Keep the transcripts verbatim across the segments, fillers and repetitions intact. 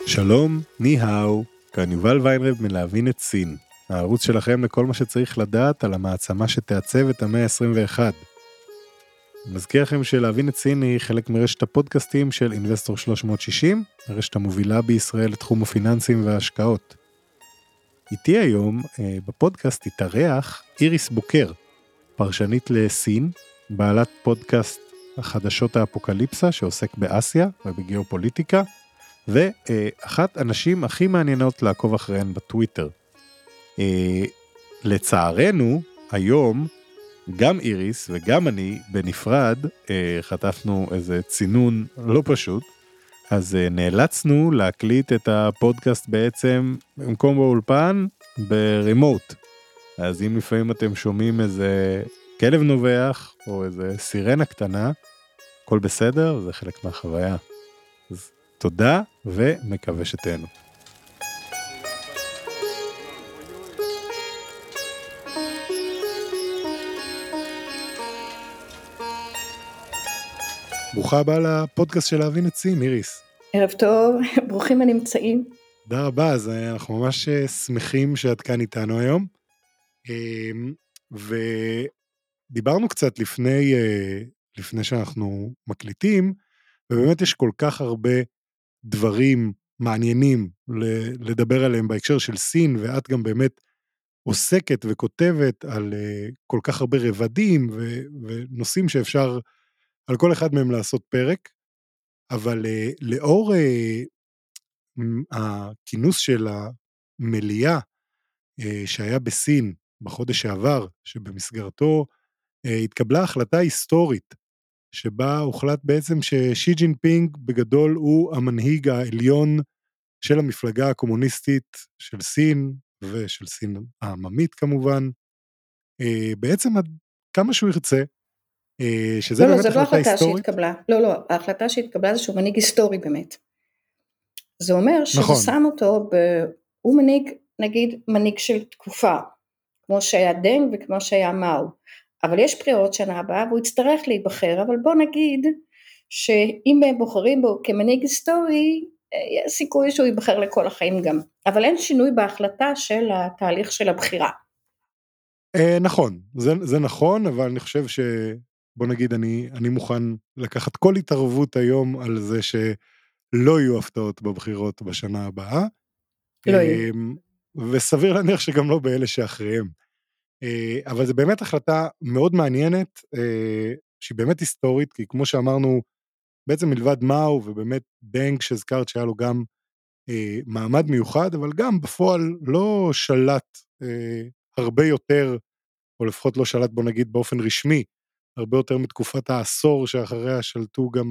שלום, ני האו, כאן יובל ויינרב מלהבין את סין, הערוץ שלכם לכל מה שצריך לדעת על המעצמה שתעצב את המאה ה-עשרים ואחת. מזכיר לכם שלהבין את סין היא חלק מרשת הפודקאסטים של אינבסטור שלוש מאות שישים, הרשת המובילה בישראל לתחום הפיננסים וההשקעות. איתי היום בפודקאסט התארח איריס בוקר, פרשנית לסין, בעלת פודקאסט החדשות האפוקליפסה שעוסק באסיה ובגיאופוליטיקה, ואחת הנשים הכי מעניינות לעקוב אחריהן בטוויטר. לצערנו, היום, גם איריס וגם אני בנפרד, חטפנו איזה צינון לא פשוט, אז נאלצנו להקליט את הפודקאסט בעצם במקום באולפן, ברימוט. אז אם לפעמים אתם שומעים איזה כלב נובח, או איזה סירנה קטנה, הכל בסדר, זה חלק מהחוויה. אז תודה ומקווה שתהנו. ברוכה הבאה לפודקאסט של להבין את סין, איריס. ערב טוב, ברוכים הנמצאים. תודה רבה, אז אנחנו ממש שמחים שאת כאן איתנו היום. ודיברנו קצת לפני, לפני שאנחנו מקליטים, ובאמת יש כל כך הרבה דברים מעניינים לדבר עליהם בהקשר של סין, ואת גם באמת עוסקת וכותבת על כל כך הרבה רבדים ונושאים שאפשר על כל אחד מהם לעשות פרק, אבל לאור הכינוס של המליאה שהיה בסין בחודש שעבר, שבמסגרתו התקבלה החלטה היסטורית, שבה הוחלט בעצם ששי ג'ינפינג בגדול הוא המנהיג העליון של המפלגה הקומוניסטית של סין, ושל סין העממית כמובן, בעצם עד כמה שהוא ירצה, שזה לא, באמת לא, זה החלטה לא החלטה היסטורית. שהתקבלה, לא, לא, ההחלטה שהתקבלה זה שהוא מנהיג היסטורי באמת. זה אומר שזה נכון. שם אותו, ב... הוא מנהיג, נגיד, מנהיג של תקופה, כמו שהיה דנג וכמו שהיה מאו, אבל יש בחירות שנה הבאה והוא יצטרך להיבחר, אבל בוא נגיד שאם הם בוחרים בו כמנהיג היסטורי, יש סיכוי שהוא ייבחר לכל החיים גם, אבל אין שינוי בהחלטה של התהליך של הבחירה. אה, נכון, זה, זה נכון, אבל אני חושב ש... בוא נגיד, אני, אני מוכן לקחת כל התערבות היום על זה שלא יהיו הפתעות בבחירות בשנה הבאה. לא יהיו. וסביר להניח שגם לא באלה שאחריהם. אבל זה באמת החלטה מאוד מעניינת, שהיא באמת היסטורית, כי כמו שאמרנו, בעצם מלבד מאו, ובאמת דנג שהזכרת שהיה לו גם מעמד מיוחד, אבל גם בפועל לא שלט הרבה יותר, או לפחות לא שלט בוא נגיד באופן רשמי, הרבה יותר מתקופת העשור שאחריה שלטו גם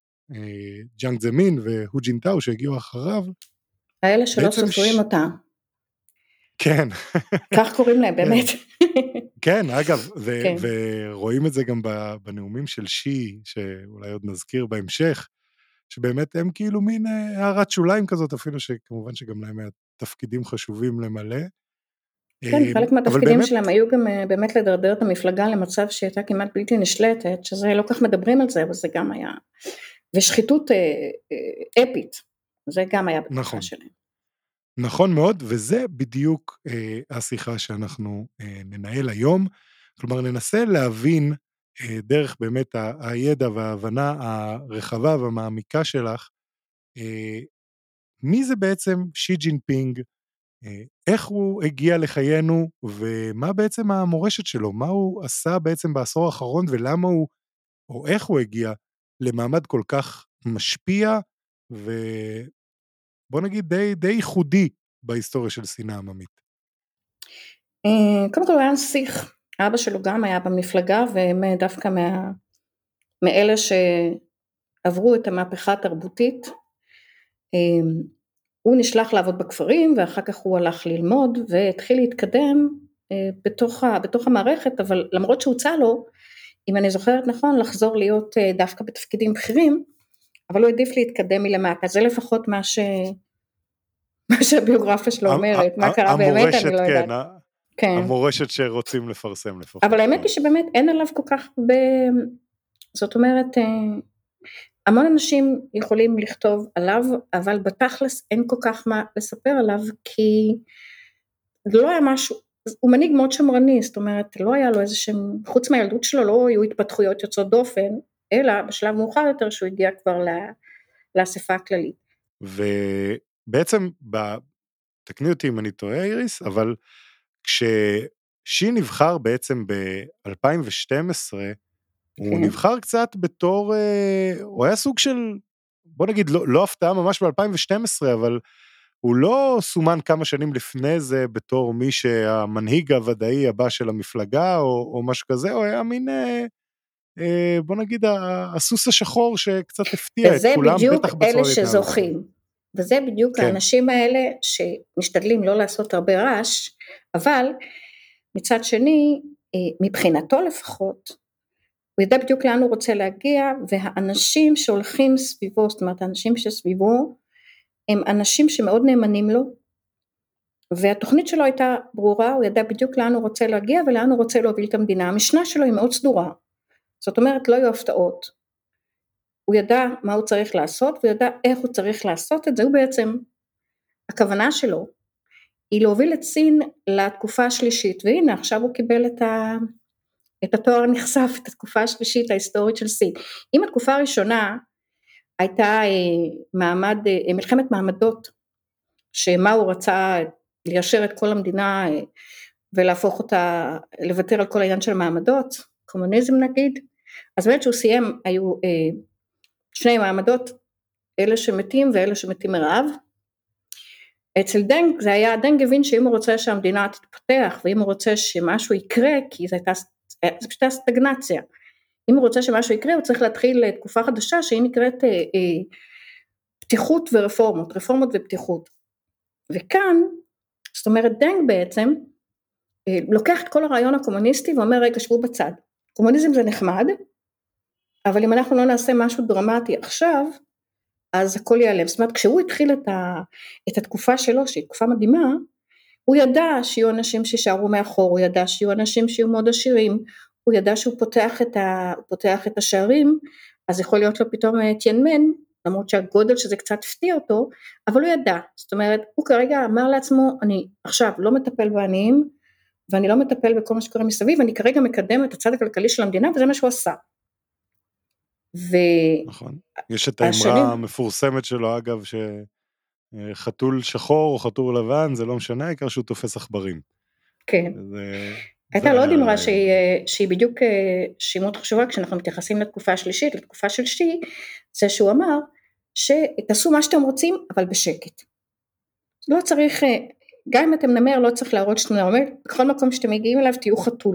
ג'אנג זמין והו ג'ינטאו שהגיעו אחריו. האלה שלא סופרים ש... אותה. כן. כך קוראים להם באמת. כן, אגב, ו- כן. ורואים את זה גם בנאומים של שי, שאולי עוד נזכיר בהמשך, שבאמת הם כאילו מין הערת שוליים כזאת, אפילו שכמובן שגם להם היה תפקידים חשובים למלא. כן, חלק מהתפקידים באמת... שלהם היו גם באמת לדרדר את המפלגה למצב שהייתה כמעט בלתי נשלטת, שזה לא כך מדברים על זה, אבל זה גם היה, ושחיתות אפית, זה גם היה בתקופה נכון. שלהם. נכון מאוד, וזה בדיוק אה, השיחה שאנחנו אה, ננהל היום, כלומר ננסה להבין אה, דרך באמת ה- הידע וההבנה הרחבה והמעמיקה שלך, אה, מי זה בעצם שי ג'ינפינג, אה, איך הוא הגיע לחיינו, ומה בעצם המורשת שלו, מה הוא עשה בעצם בעשור האחרון, ולמה הוא, או איך הוא הגיע למעמד כל כך משפיע, ובוא נגיד די, די ייחודי, בהיסטוריה של סין העממית. קודם כל הוא היה נסיך, אבא שלו גם היה במפלגה, והם דווקא מה, מאלה שעברו את המהפכה התרבותית, הוא נשלח לעבוד בכפרים, ואחר כך הוא הלך ללמוד, והתחיל להתקדם בתוך, בתוך המערכת, אבל למרות שהוצא לו, אם אני זוכרת נכון, לחזור להיות דווקא בתפקידים בכירים, אבל הוא העדיף להתקדם מלמטה, זה לפחות מה ש... מה שהביוגרפיה שלו אומרת, מה קרה באמת, אני לא יודעת. כן, המורשת שרוצים לפרסם לפחות. אבל האמת היא שבאמת אין עליו כל כך, זאת אומרת, המון אנשים יכולים לכתוב עליו, אבל בתכלס אין כל כך מה לספר עליו, כי לא היה משהו, הוא מנהיג מאוד שמרני, זאת אומרת, לא היה לו איזה שם, חוץ מהילדות שלו לא היו התפתחויות יוצאות דופן, אלא בשלב מאוחר יותר שהוא הגיע כבר לאספה הכללית. ובעצם, תקני אותי אם אני טועה איריס, אבל כששי נבחר בעצם ב-אלפיים ושתים עשרה, הוא נבחר קצת בתור, הוא היה סוג של, בוא נגיד, לא, לא הפתעה ממש ב-אלפיים ושתים עשרה, אבל הוא לא סומן כמה שנים לפני זה בתור מי שהמנהיג הוודאי הבא של המפלגה, או, או משהו כזה, הוא היה מין, בוא נגיד, הסוס השחור שקצת הפתיע את כולם, בטח בצורה אלה שזוכים, וזה בדיוק כן. האנשים האלה שמשתדלים לא לעשות הרבה רעש, אבל מצד שני, מבחינתו לפחות, הוא ידע בדיוק לאן הוא רוצה להגיע, והאנשים שהולכים סביבו, זאת אומרת, האנשים שסביבו, הם אנשים שמאוד נאמנים לו, והתוכנית שלו הייתה ברורה, הוא ידע בדיוק לאן הוא רוצה להגיע, ולאן הוא רוצה להוביל את המדינה. המשנה שלו היא מאוד סדורה, זאת אומרת, לא יהיו הפתעות. הוא ידע מה הוא צריך לעשות, והוא ידע איך הוא צריך לעשות את זה, הוא בעצם, הכוונה שלו, היא להוביל את סין לתקופה השלישית, והנה עכשיו הוא קיבל את ה... את התואר נחשף, את התקופה השלישית ההיסטורית של סין. אם התקופה הראשונה הייתה מעמד, מלחמת מעמדות, שמה הוא רצה ליישר את כל המדינה ולהפוך אותה, לוותר על כל העניין של מעמדות, קומוניזם נגיד, אז באמת שהוא סיים, היו שני מעמדות, אלה שמתים ואלה שמתים מרעב. אצל דנג, זה היה, דנג הבין שאם הוא רוצה שהמדינה תתפתח, ואם הוא רוצה שמשהו יקרה, כי זה הייתה זה פשוט הסטגנציה, אם הוא רוצה שמשהו יקרה, הוא צריך להתחיל תקופה חדשה, שהיא נקראת אה, אה, פתיחות ורפורמות, רפורמות ופתיחות, וכאן, זאת אומרת, דנג בעצם, אה, לוקח את כל הרעיון הקומוניסטי, ואומר, רגע, שבו בצד, קומוניזם זה נחמד, אבל אם אנחנו לא נעשה משהו דרמטי עכשיו, אז הכל ייעלם, זאת אומרת, כשהוא התחיל את, ה, את התקופה שלו, שהיא תקופה מדהימה, הוא ידע שיהיו אנשים שישארו מאחור, הוא ידע שיהיו אנשים שיהיו מאוד עשירים, הוא ידע שהוא פותח את, ה, פותח את השערים, אז יכול להיות לו פתאום טיינמן, למרות שהגודל שזה קצת הפתיע אותו, אבל הוא ידע, זאת אומרת, הוא כרגע אמר לעצמו, אני עכשיו לא מטפל בעניים, ואני לא מטפל בכל מה שקורה מסביב, אני כרגע מקדם את הצד הכלכלי של המדינה, וזה מה שהוא עשה. ו... נכון, יש את האמרה המפורסמת שלו אגב, ש... חתול שחור או חתול לבן, זה לא משנה, העיקר שהוא תופס עכברים. כן. זה, הייתה לא דמרה שהיא, שהיא בדיוק שימות חשובה, כשאנחנו מתייחסים לתקופה השלישית, לתקופה של שי, זה שהוא אמר, שתעשו מה שאתם רוצים, אבל בשקט. לא צריך, גם אם אתם נמר, לא צריך להראות שאתם נמר, בכל מקום שאתם מגיעים אליו, תהיו חתול.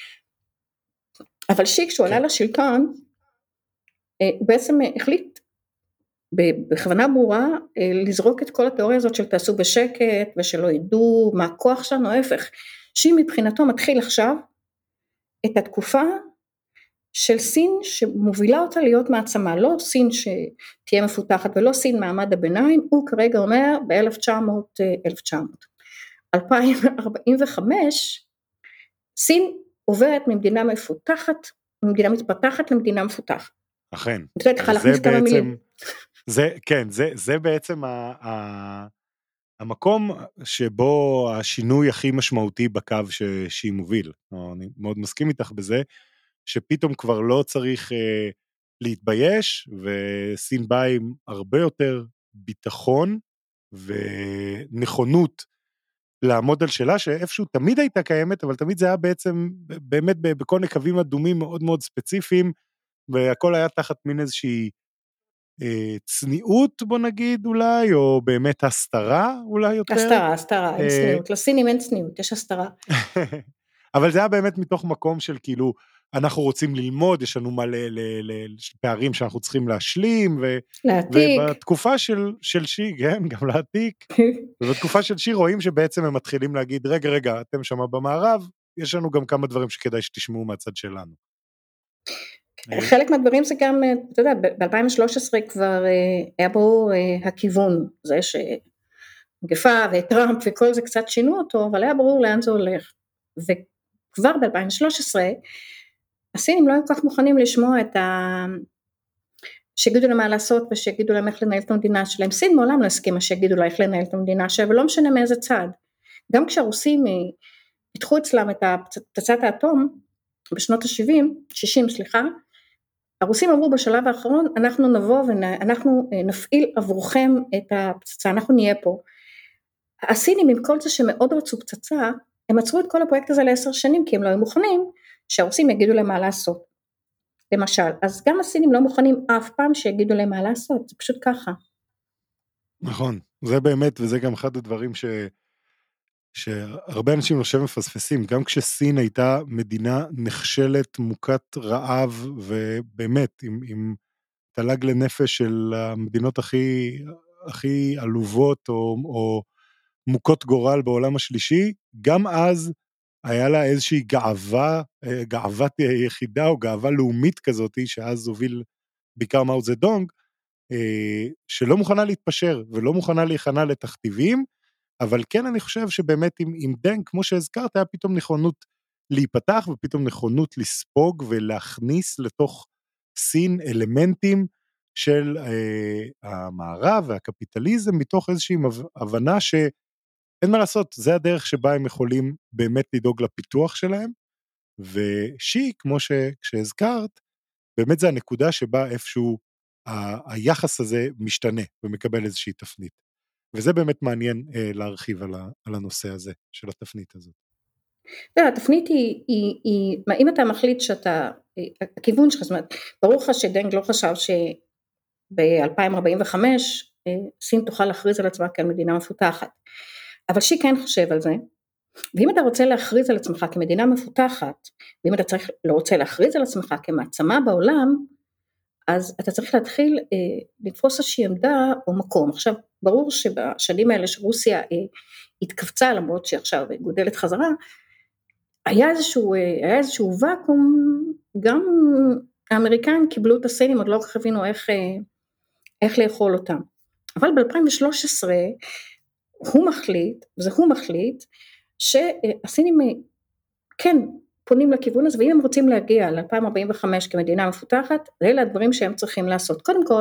אבל שי, כשהוא עלה לשלטון, הוא בעצם החליט, בכוונה ברורה, לזרוק את כל התיאוריה הזאת של תעשו בשקט, ושלא ידעו מה הכוח שלנו, ההפך, שהיא מבחינתו מתחיל עכשיו, את התקופה של סין, שמובילה אותה להיות מעצמה, לא סין שתהיה מפותחת, ולא סין מעמד הביניים, הוא כרגע אומר ב-אלף תשע מאות, אלפיים ארבעים וחמש, סין עוברת ממדינה מפותחת, ממדינה מתפתחת למדינה מפותחת. אכן. זה בעצם... זה, כן, זה, זה בעצם ה, ה, המקום שבו השינוי הכי משמעותי בקו ש, שהיא מוביל. אני מאוד מסכים איתך בזה, שפתאום כבר לא צריך אה, להתבייש, וסין באה עם הרבה יותר ביטחון ונכונות לעמוד על שאלה, שאיפשהו תמיד הייתה קיימת, אבל תמיד זה היה בעצם באמת בכל נקבים אדומים מאוד מאוד ספציפיים, והכל היה תחת מין איזושהי צניעות בוא נגיד אולי, או באמת הסתרה אולי יותר. הסתרה, הסתרה, אין צניעות, לסינים אין צניעות, יש הסתרה. אבל זה היה באמת מתוך מקום של כאילו, אנחנו רוצים ללמוד, יש לנו מלא פערים שאנחנו צריכים להשלים, להעתיק. ובתקופה של שי, כן, גם להעתיק, ובתקופה של שי רואים שבעצם הם מתחילים להגיד, רגע, רגע, אתם שמה במערב, יש לנו גם כמה דברים שכדאי שתשמעו מהצד שלנו. חלק מהדברים זה גם, אתה יודע, ב-אלפיים ושלוש עשרה כבר היה ברור הכיוון, זה שמגפה וטראמפ וכל זה קצת שינו אותו, אבל היה ברור לאן זה הולך, וכבר ב-אלפיים ושלוש עשרה, הסינים לא היו כל כך מוכנים לשמוע את, ה... שיגידו להם מה לעשות, ושיגידו להם איך לנהל את המדינה שלהם. סין מעולם לא הסכימה שיגידו לה איך לנהל את המדינה שלהם, ולא משנה מאיזה צד. גם כשהרוסים פיתחו אצלם את פצצת האטום, בשנות ה-שבעים, שישים סליחה, הרוסים אמרו בשלב האחרון, אנחנו נבוא ואנחנו נפעיל עבורכם את הפצצה, אנחנו נהיה פה. הסינים עם כל זה שמאוד רצו פצצה, הם עצרו את כל הפרויקט הזה לעשר שנים, כי הם לא היו מוכנים שהרוסים יגידו להם מה לעשות. למשל, אז גם הסינים לא מוכנים אף פעם שיגידו להם מה לעשות, זה פשוט ככה. נכון, זה באמת, וזה גם אחד הדברים ש... שהרבה אנשים עכשיו מפספסים, גם כשסין הייתה מדינה נכשלת, מוכת רעב, ובאמת, עם, עם תלג לנפש של המדינות הכי, הכי עלובות, או, או מוכות גורל בעולם השלישי, גם אז היה לה איזושהי גאווה, גאוות יחידה, או גאווה לאומית כזאת, שאז הוביל בעיקר מאו זדונג, שלא מוכנה להתפשר, ולא מוכנה להיכנע לתכתיבים, אבל כן אני חושב שבאמת עם, עם דנג, כמו שהזכרת, היה פתאום נכונות להיפתח, ופתאום נכונות לספוג ולהכניס לתוך סין אלמנטים של אה, המערב והקפיטליזם, מתוך איזושהי הבנה שאין מה לעשות, זה הדרך שבה הם יכולים באמת לדאוג לפיתוח שלהם, ושי, כמו שהזכרת, באמת זה הנקודה שבה איפשהו ה, היחס הזה משתנה, ומקבל איזושהי תפנית. וזה באמת מעניין אה, להרחיב על, ה, על הנושא הזה, של התפנית הזאת. התפנית היא, היא, היא, אם אתה מחליט שאתה, הכיוון שלך, זאת אומרת, ברור לך שדנג לא חשב שב-אלפיים ארבעים וחמש סין תוכל להכריז על עצמה כעל מדינה מפותחת, אבל שי כן חושב על זה, ואם אתה רוצה להכריז על עצמך כמדינה מפותחת, ואם אתה צריך, לא רוצה להכריז על עצמך כמעצמה בעולם, אז אתה צריך להתחיל אה, לתפוס איזושהי עמדה או מקום. עכשיו, ברור שבשנים האלה שרוסיה אה, התכווצה, למרות שעכשיו גודלת חזרה, היה איזשהו, אה, היה איזשהו ואקום, גם האמריקאים קיבלו את הסינים, עוד לא כך הבינו איך, אה, איך לאכול אותם. אבל ב-אלפיים ושלוש עשרה הוא מחליט, וזה הוא מחליט, שהסינים אה, כן, פונים לכיוון הזה, ואם הם רוצים להגיע ל-אלפיים ארבעים וחמש כמדינה מפותחת, אלה הדברים שהם צריכים לעשות. קודם כל,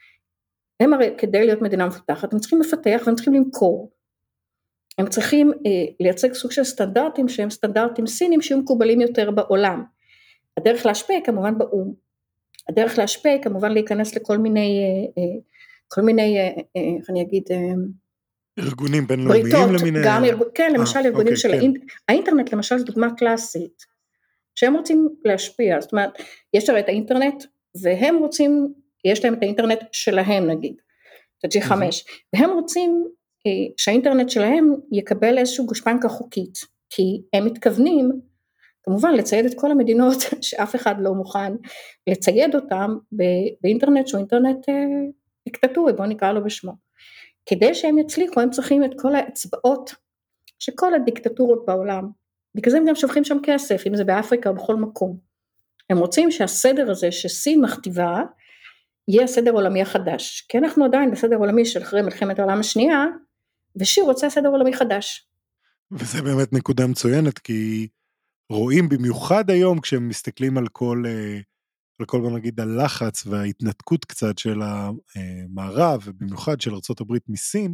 הם הרי כדי להיות מדינה מפותחת, הם צריכים לפתח והם צריכים למכור. הם צריכים אה, לייצג סוג של סטנדרטים, שהם סטנדרטים סינים, שיהיו מקובלים יותר בעולם. הדרך להשפיע כמובן באום. הדרך להשפיע כמובן להיכנס לכל מיני, אה, אה, כל מיני, אה, אה, איך אני אגיד, אה, ארגונים בינלאומיים למיניהם. גם, כן, למשל ארגונים אוקיי, של כן. האינט, האינטרנט למשל זו דוגמה קלאסית, שהם רוצים להשפיע, זאת אומרת, יש הרי את האינטרנט, והם רוצים, יש להם את האינטרנט שלהם נגיד, את ה-ג'י חמש, והם רוצים שהאינטרנט שלהם יקבל איזשהו גושפנקה חוקית, כי הם מתכוונים, כמובן לצייד את כל המדינות, שאף אחד לא מוכן לצייד אותם, באינטרנט שהוא אינטרנט דיקטטורי, בואו נקרא לו בשמו. כדי שהם יצליחו, הם צריכים את כל האצבעות, שכל הדיקטטורות בעולם, בגלל זה הם גם שופכים שם כסף, אם זה באפריקה או בכל מקום. הם רוצים שהסדר הזה שסין מכתיבה, יהיה הסדר עולמי החדש, כי אנחנו עדיין בסדר עולמי של אחרי מלחמת העולם השנייה, ושיר רוצה סדר עולמי חדש. וזה באמת נקודה מצוינת, כי רואים במיוחד היום, כשהם מסתכלים על כל, על כל בוא נגיד הלחץ, וההתנתקות קצת של המערב, ובמיוחד של ארצות הברית מסין,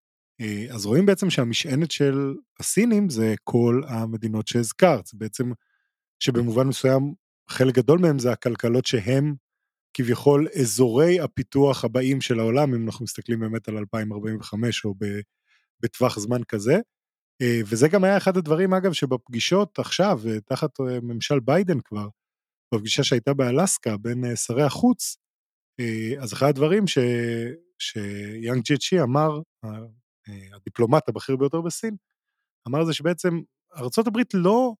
אז רואים בעצם שהמשענת של הסינים, זה כל המדינות שהזכרת, זה בעצם שבמובן מסוים, חלק גדול מהם זה הכלכלות שהם, כביכול אזורי הפיתוח הבאים של העולם, אם אנחנו מסתכלים באמת על אלפיים ארבעים וחמש או בטווח זמן כזה, וזה גם היה אחד הדברים אגב שבפגישות עכשיו, תחת ממשל ביידן כבר, בפגישה שהייתה באלסקה בין שרי החוץ, אז אחד הדברים ש, שיאנג ג'יצ'י אמר, הדיפלומט הבכיר ביותר בסין, אמר זה שבעצם ארצות הברית לא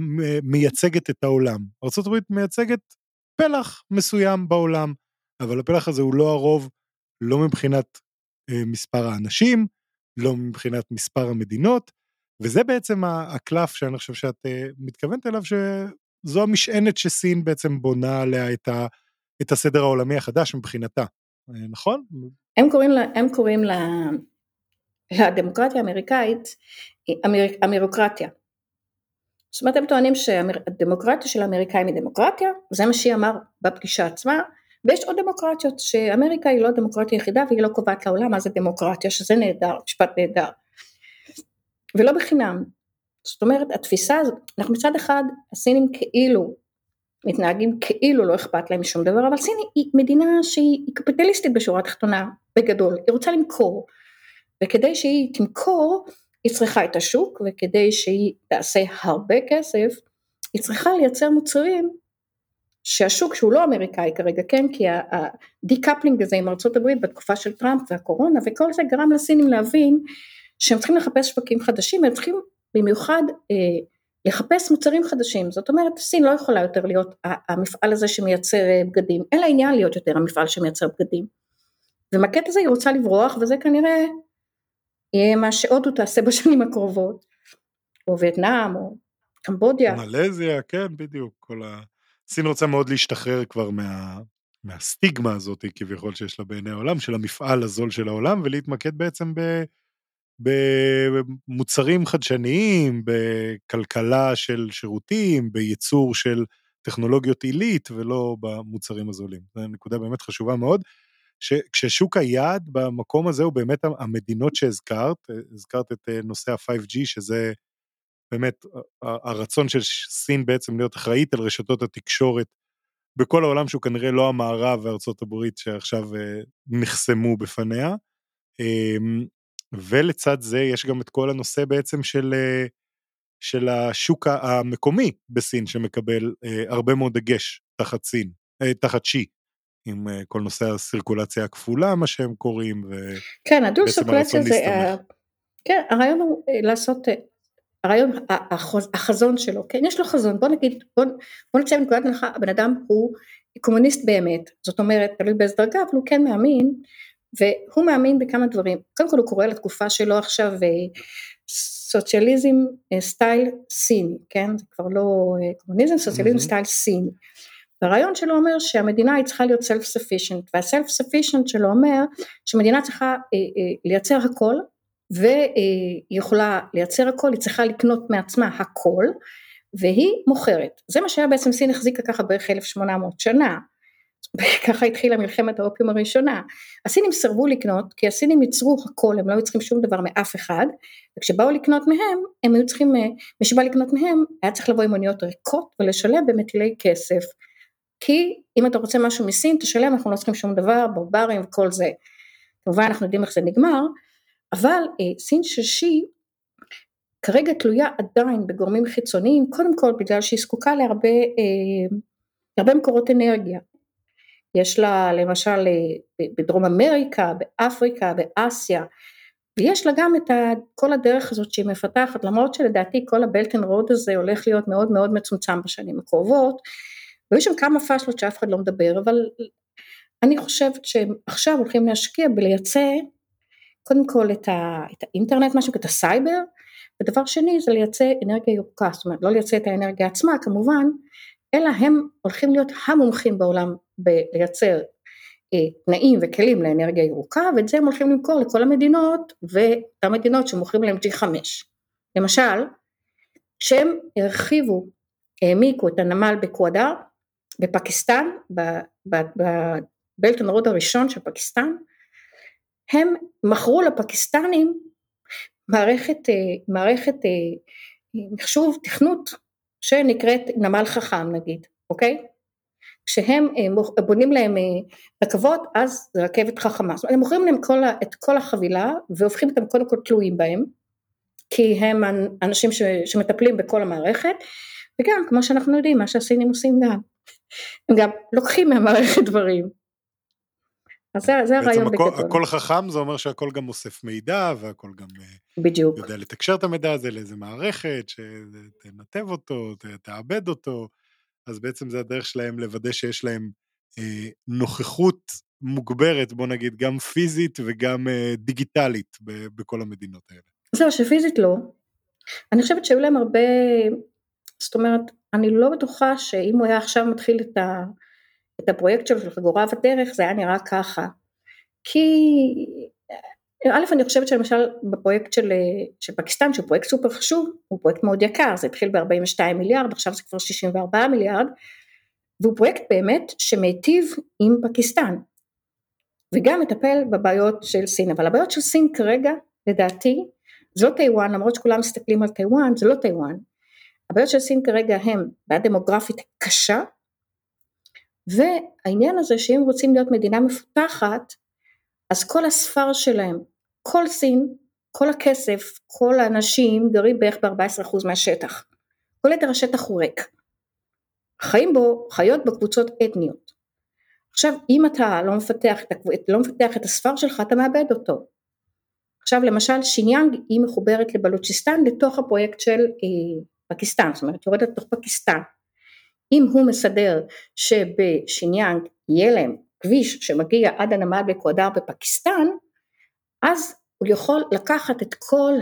מייצגת את העולם, ארצות הברית מייצגת פלח מסוים בעולם, אבל הפלח הזה הוא לא הרוב, לא מבחינת מספר האנשים, לא מבחינת מספר המדינות, וזה בעצם הקלף שאני חושב שאת מתכוונת אליו, שזו המשענת שסין בעצם בונה עליה את, ה, את הסדר העולמי החדש מבחינתה, נכון? הם קוראים, לה, הם קוראים לה, לדמוקרטיה האמריקאית, אמר, אמירוקרטיה. זאת אומרת, הם טוענים שהדמוקרטיה של האמריקאים היא דמוקרטיה, זה מה שהיא אמר בפגישה עצמה, ויש עוד דמוקרטיות, שאמריקה היא לא הדמוקרטיה היחידה, והיא לא קובעת לעולם מה זה דמוקרטיה, שזה נהדר, משפט נהדר, ולא בחינם. זאת אומרת, התפיסה הזאת, אנחנו מצד אחד, הסינים כאילו, מתנהגים כאילו לא אכפת להם משום דבר, אבל סין היא מדינה שהיא קפיטליסטית בשורה התחתונה, בגדול, היא רוצה למכור, וכדי שהיא תמכור, היא צריכה את השוק, וכדי שהיא תעשה הרבה כסף, היא צריכה לייצר מוצרים, שהשוק שהוא לא אמריקאי כרגע, כן, כי הדיקפלינג הזה עם ארצות הברית, בתקופה של טראמפ והקורונה, וכל זה גרם לסינים להבין, שהם צריכים לחפש שווקים חדשים, הם צריכים במיוחד אה, לחפש מוצרים חדשים, זאת אומרת, סין לא יכולה יותר להיות המפעל הזה שמייצר בגדים, אין לה עניין להיות יותר המפעל שמייצר בגדים, ומהקטע הזה היא רוצה לברוח, וזה כנראה יהיה מה שהודו תעשה בשנים הקרובות, או וייטנאם, או קמבודיה. מלזיה, כן, בדיוק, כל ה... סין רוצה מאוד להשתחרר כבר מה... מהסטיגמה הזאת, כביכול שיש לה בעיני העולם, של המפעל הזול של העולם, ולהתמקד בעצם ב... במוצרים חדשניים, בכלכלה של שירותים, בייצור של טכנולוגיות עילית, ולא במוצרים הזולים. זו נקודה באמת חשובה מאוד, שכששוק היעד במקום הזה, הוא באמת המדינות שהזכרת, הזכרת את נושא ה-פייב ג'י, שזה באמת הרצון של סין בעצם להיות אחראית על רשתות התקשורת, בכל העולם שהוא כנראה לא המערב וארצות הברית, שעכשיו נחסמו בפניה, ולצד זה יש גם את כל הנושא בעצם של, של השוק המקומי בסין, שמקבל הרבה מאוד דגש תחת סין, תחת שי, עם כל נושא הסירקולציה הכפולה, מה שהם קוראים, כן, הדול סירקולציה זה, כן, הרעיון הוא לעשות, הרעיון, החזון שלו, כן, יש לו חזון, בוא נגיד, בוא, בוא נצא מנקודת הנחה, הבן אדם הוא קומוניסט באמת, זאת אומרת, תלוי באיזה דרגה, אבל הוא כן מאמין, והוא מאמין בכמה דברים, קודם כל הוא קורא לתקופה שלו עכשיו, סוציאליזם סטייל סיני, כן, זה כבר לא קומוניזם, סוציאליזם סטייל סיני, והרעיון שלו אומר שהמדינה היא צריכה להיות self-sufficient, וה-self-sufficient שלו אומר, שמדינה צריכה לייצר הכל, והיא יכולה לייצר הכל, היא צריכה לקנות מעצמה הכל, והיא מוכרת, זה מה שהיה בעצם סין החזיקה ככה בערך אלף ושמונה מאות שנה, וככה התחילה מלחמת האופיום הראשונה, הסינים סרבו לקנות, כי הסינים ייצרו הכל, הם לא היו צריכים שום דבר מאף אחד, וכשבאו לקנות מהם, הם היו צריכים, מי שבא לקנות מהם, היה צריך לבוא עם מוניות ריקות, ולשלם במטילי כסף, כי אם אתה רוצה משהו מסין, תשלם, אנחנו לא צריכים שום דבר, ברברים וכל זה, כמובן אנחנו יודעים איך זה נגמר, אבל סין של שי, כרגע תלויה עדיין בגורמים חיצוניים, קודם כל בגלל שהיא זקוקה להרבה, להרבה מקורות אנרגיה, יש לה למשל בדרום אמריקה, באפריקה, באסיה, ויש לה גם את כל הדרך הזאת שהיא מפתחת, למרות שלדעתי כל הבלט אנד רוד הזה הולך להיות מאוד מאוד מצומצם בשנים הקרובות, ויש שם כמה פשלות שאף אחד לא מדבר, אבל אני חושבת שעכשיו הולכים להשקיע בלייצא, קודם כל את, ה, את האינטרנט, משהו את הסייבר, ודבר שני זה לייצא אנרגיה ירוקה, זאת אומרת לא לייצא את האנרגיה עצמה כמובן, אלא הם הולכים להיות המומחים בעולם בלייצר אה, תנאים וכלים לאנרגיה ירוקה, ואת זה הם הולכים למכור לכל המדינות, ואותן מדינות שמוכרים להם ג'י חמש. למשל, כשהם הרחיבו, העמיקו את הנמל בקואדר, בפקיסטן, בבלט אנד רוד הראשון של פקיסטן, הם מכרו לפקיסטנים מערכת, מערכת מחשוב תכנות, שנקראת נמל חכם נגיד, אוקיי? כשהם בונים להם רכבות, אז זה רכבת חכמה, זאת אומרת, הם מוכרים להם כל, את כל החבילה, והופכים אותם קודם כל תלויים בהם, כי הם אנשים ש, שמטפלים בכל המערכת, וגם כמו שאנחנו יודעים, מה שהסינים עושים גם, הם גם לוקחים מהמערכת דברים, אז זה, זה הרעיון בגדול. בגדול. הכל חכם, זה אומר שהכל גם אוסף מידע, והכל גם בדיוק. יודע לתקשר את המידע הזה לאיזה מערכת, שתנתב אותו, תעבד אותו, אז בעצם זה הדרך שלהם לוודא שיש להם אה, נוכחות מוגברת, בוא נגיד, גם פיזית וגם אה, דיגיטלית ב- בכל המדינות האלה. זהו, שפיזית לא. אני חושבת שהיו להם הרבה, זאת אומרת, אני לא בטוחה שאם הוא היה עכשיו מתחיל את, ה, את הפרויקט שלו של חגורה ודרך, זה היה נראה ככה. כי, א', אני חושבת שלמשל בפרויקט של, של פקיסטן, שהוא פרויקט סופר חשוב, הוא פרויקט מאוד יקר, זה התחיל ב-ארבעים ושניים מיליארד, עכשיו זה כבר שישים וארבעה מיליארד, והוא פרויקט באמת שמיטיב עם פקיסטן, וגם מטפל בבעיות של סין, אבל הבעיות של סין כרגע, לדעתי, זה לא טיואן, למרות שכולם מסתכלים על טיואן, זה לא טיואן, הבעיות של סין כרגע הם בעיה דמוגרפית קשה, והעניין הזה שאם רוצים להיות מדינה מפותחת, אז כל הספר שלהם, כל סין, כל הכסף, כל האנשים גרים בערך ב-ארבעה עשר אחוז מהשטח, כל יתר השטח הוא ריק, חיים בו, חיות בקבוצות אתניות, עכשיו אם אתה לא מפתח, לא מפתח את הספר שלך, אתה מאבד אותו, עכשיו למשל שיניאנג היא מחוברת לבלוצ'יסטן, לתוך הפרויקט של אה, פקיסטן, זאת אומרת יורדת לתוך פקיסטן, אם הוא מסדר שבשיניאנג יהיה להם כביש שמגיע עד הנמל בקואדר בפקיסטן, אז הוא יכול לקחת את כל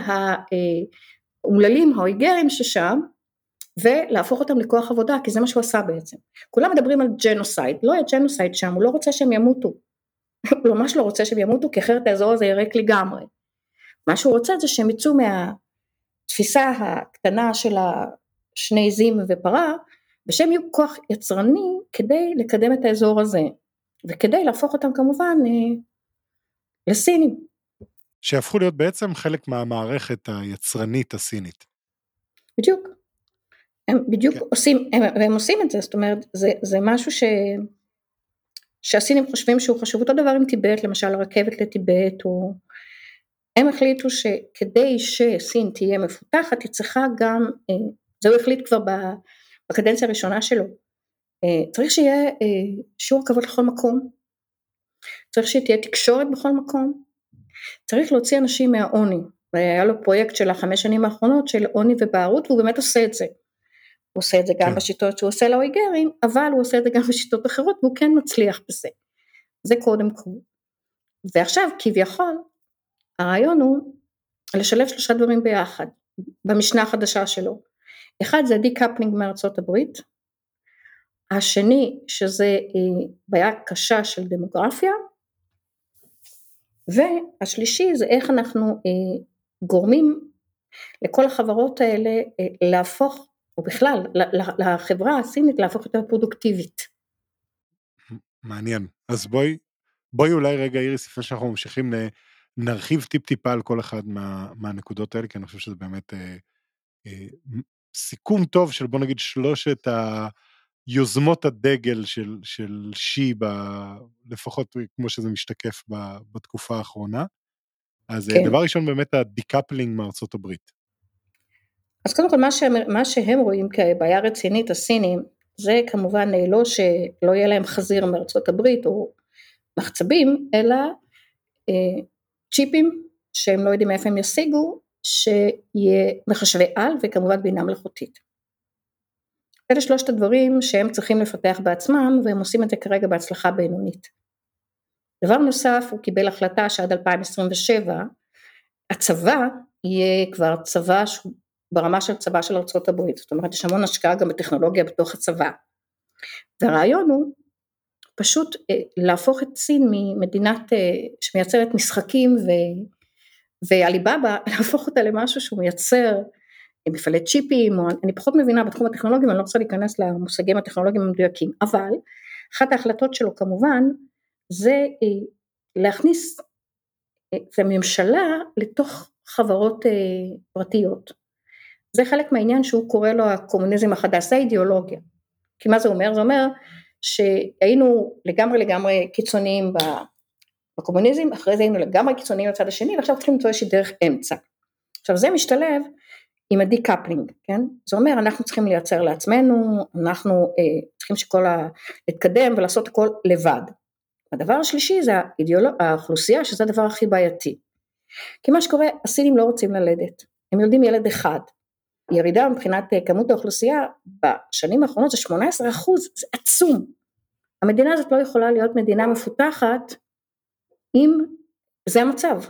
האומללים האויגרים ששם, ולהפוך אותם לכוח עבודה, כי זה מה שהוא עשה בעצם. כולם מדברים על ג'נוסייד, לא היה ג'נוסייד שם, הוא לא רוצה שהם ימותו, הוא ממש לא רוצה שהם ימותו, כי אחרת האזור הזה ירק לגמרי. מה שהוא רוצה זה שהם יצאו מהתפיסה הקטנה של השני עזים ופרה, ושהם יהיו כוח יצרני כדי לקדם את האזור הזה, וכדי להפוך אותם כמובן לסינים. שהפכו להיות בעצם חלק מהמערכת היצרנית הסינית. בדיוק. הם בדיוק כן. עושים, הם, והם עושים את זה, זאת אומרת, זה, זה משהו ש, שהסינים חושבים שהוא חשוב, אותו דבר עם טיבט, למשל הרכבת לטיבט, או, הם החליטו שכדי שסין תהיה מפותחת, היא צריכה גם, זה הוא החליט כבר בקדנציה הראשונה שלו, צריך שיהיה שיעור כבוד לכל מקום, צריך שתהיה תקשורת בכל מקום, צריך להוציא אנשים מהעוני, והיה לו פרויקט של החמש שנים האחרונות של עוני ובערות, והוא באמת עושה את זה, הוא עושה את זה גם כן. בשיטות שהוא עושה לאויגרים, אבל הוא עושה את זה גם בשיטות אחרות, והוא כן מצליח בזה, זה קודם כל, ועכשיו כביכול, הרעיון הוא לשלב שלושה דברים ביחד, במשנה החדשה שלו, אחד זה דיקפלינג מארצות הברית, השני שזה בעיה קשה של דמוגרפיה, והשלישי זה איך אנחנו גורמים לכל החברות האלה להפוך, או בכלל לחברה הסינית להפוך יותר פרודוקטיבית. מעניין, אז בואי, בואי אולי רגע איריס, לפני שאנחנו ממשיכים, נרחיב טיפ טיפה על כל אחד מה, מהנקודות האלה, כי אני חושב שזה באמת אה, אה, סיכום טוב של בוא נגיד שלושת היוזמות הדגל של, של שי, ב, לפחות כמו שזה משתקף ב, בתקופה האחרונה. אז כן. דבר ראשון באמת הדיקפלינג מארצות הברית. אז קודם כל מה שהם, מה שהם רואים כבעיה רצינית הסינים, זה כמובן לא שלא יהיה להם חזיר מארצות הברית או מחצבים, אלא אה, צ'יפים שהם לא יודעים איפה הם ישיגו, שיהיה מחשבי על וכמובן בינה מלאכותית. אלה שלושת הדברים שהם צריכים לפתח בעצמם, והם עושים את זה כרגע בהצלחה בינונית. דבר נוסף, הוא קיבל החלטה שעד אלפיים עשרים ושבע, הצבא יהיה כבר צבא ברמה של צבא של ארצות הברית, זאת אומרת יש המון השקעה גם בטכנולוגיה בתוך הצבא, והרעיון הוא פשוט להפוך את סין ממדינת שמייצרת משחקים ו... ועליבאבא, להפוך אותה למשהו שהוא מייצר מפעלי צ'יפים, או אני פחות מבינה בתחום הטכנולוגיים, אני לא רוצה להיכנס למושגים הטכנולוגיים המדויקים, אבל אחת ההחלטות שלו כמובן, זה להכניס את הממשלה לתוך חברות פרטיות, זה חלק מהעניין שהוא קורא לו הקומוניזם החדש, זה האידיאולוגיה, כי מה זה אומר? זה אומר שהיינו לגמרי לגמרי קיצוניים בקומוניזם, אחרי זה היינו לגמרי קיצוניים בצד השני, ועכשיו צריכים למצוא איזושהי דרך אמצע. עכשיו זה משתלב עם הדיקפלינג, כן? זה אומר אנחנו צריכים לייצר לעצמנו, אנחנו אה, צריכים שכל ה... להתקדם ולעשות הכל לבד. הדבר השלישי זה האידיאולוג... האוכלוסייה, שזה הדבר הכי בעייתי. כי מה שקורה, הסינים לא רוצים ללדת, הם ילדים ילד אחד, ירידה מבחינת כמות האוכלוסייה, בשנים האחרונות זה שמונה עשרה אחוז, זה עצום. המדינה הזאת לא יכולה להיות מדינה מפותחת, אם זה המצב.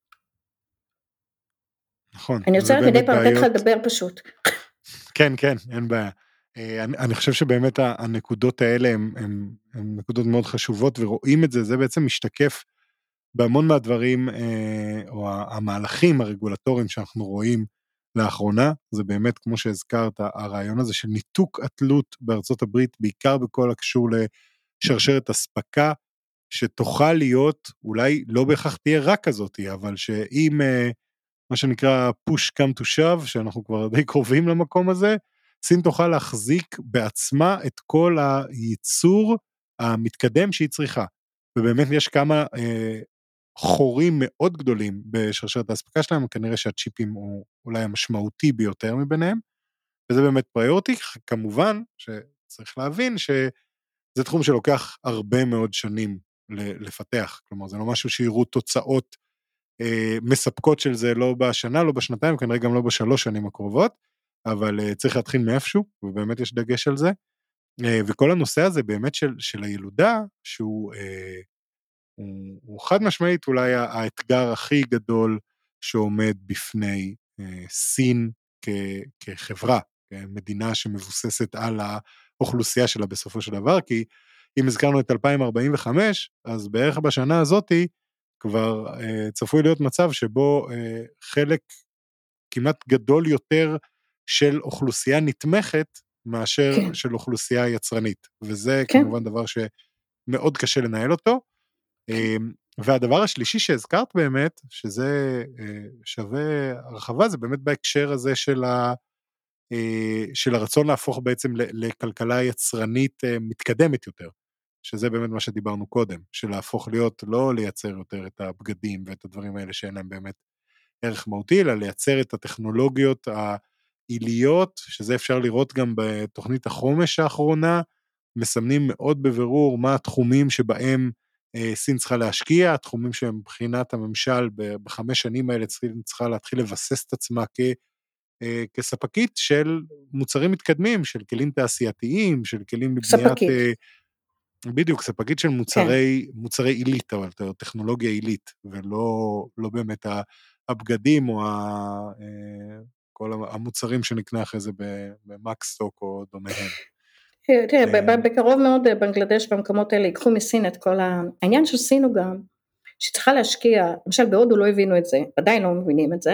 נכון. אני רוצה מדי פעם לתת לך לדבר פשוט. כן, כן, אין בעיה. אני, אני חושב שבאמת הנקודות האלה הן, הן, הן נקודות מאוד חשובות, ורואים את זה, זה בעצם משתקף בהמון מהדברים, או המהלכים הרגולטוריים שאנחנו רואים, לאחרונה, זה באמת, כמו שהזכרת, הרעיון הזה של ניתוק התלות בארצות הברית, בעיקר בכל הקשור לשרשרת הספקה, שתוכל להיות, אולי לא בהכרח תהיה רק כזאת, אבל שאם, מה שנקרא push come to shove, שאנחנו כבר די קרובים למקום הזה, סין תוכל להחזיק בעצמה את כל הייצור המתקדם שהיא צריכה. ובאמת יש כמה אה, חורים מאוד גדולים בשרשרת ההספקה שלהם, כנראה שהצ'יפים הוא אולי המשמעותי ביותר מביניהם, וזה באמת פריורטי, כמובן שצריך להבין שזה תחום שלוקח הרבה מאוד שנים לפתח, כלומר זה לא משהו שיראו תוצאות אה, מספקות של זה לא בשנה, לא בשנתיים, כנראה גם לא בשלוש שנים הקרובות, אבל אה, צריך להתחיל מאיפשהו, ובאמת יש דגש על זה, אה, וכל הנושא הזה באמת של, של הילודה, שהוא אה, הוא, הוא חד משמעית אולי האתגר הכי גדול שעומד בפני אה, סין כ, כחברה, כמדינה שמבוססת על האוכלוסייה שלה בסופו של דבר, כי אם הזכרנו את אלפיים ארבעים וחמש, אז בערך בשנה הזאת כבר אה, צפוי להיות מצב שבו אה, חלק כמעט גדול יותר של אוכלוסייה נתמכת, מאשר כן. של אוכלוסייה יצרנית, וזה כן. כמובן דבר שמאוד קשה לנהל אותו, והדבר השלישי שהזכרת באמת, שזה שווה הרחבה, זה באמת בהקשר הזה של, ה, של הרצון להפוך בעצם לכלכלה יצרנית מתקדמת יותר, שזה באמת מה שדיברנו קודם, של להפוך להיות, לא לייצר יותר את הבגדים ואת הדברים האלה שאין להם באמת ערך מהותי, אלא לייצר את הטכנולוגיות העיליות, שזה אפשר לראות גם בתוכנית החומש האחרונה, מסמנים מאוד בבירור מה התחומים שבהם סין צריכה להשקיע, התחומים שמבחינת הממשל בחמש שנים האלה צריכה להתחיל לבסס את עצמה כ, כספקית של מוצרים מתקדמים, של כלים תעשייתיים, של כלים לבניית... ספקית. בדיוק, ספקית של מוצרי, כן. מוצרי עילית, אבל טכנולוגיה עילית, ולא לא באמת הבגדים או ה, כל המוצרים שנקנה אחרי זה במקסטוק או דומיהם. תראה, בקרוב מאוד בנגלדש במקומות האלה ייקחו מסין את כל העניין של סין הוא גם, שצריכה להשקיע, למשל בהודו לא הבינו את זה, עדיין לא מבינים את זה,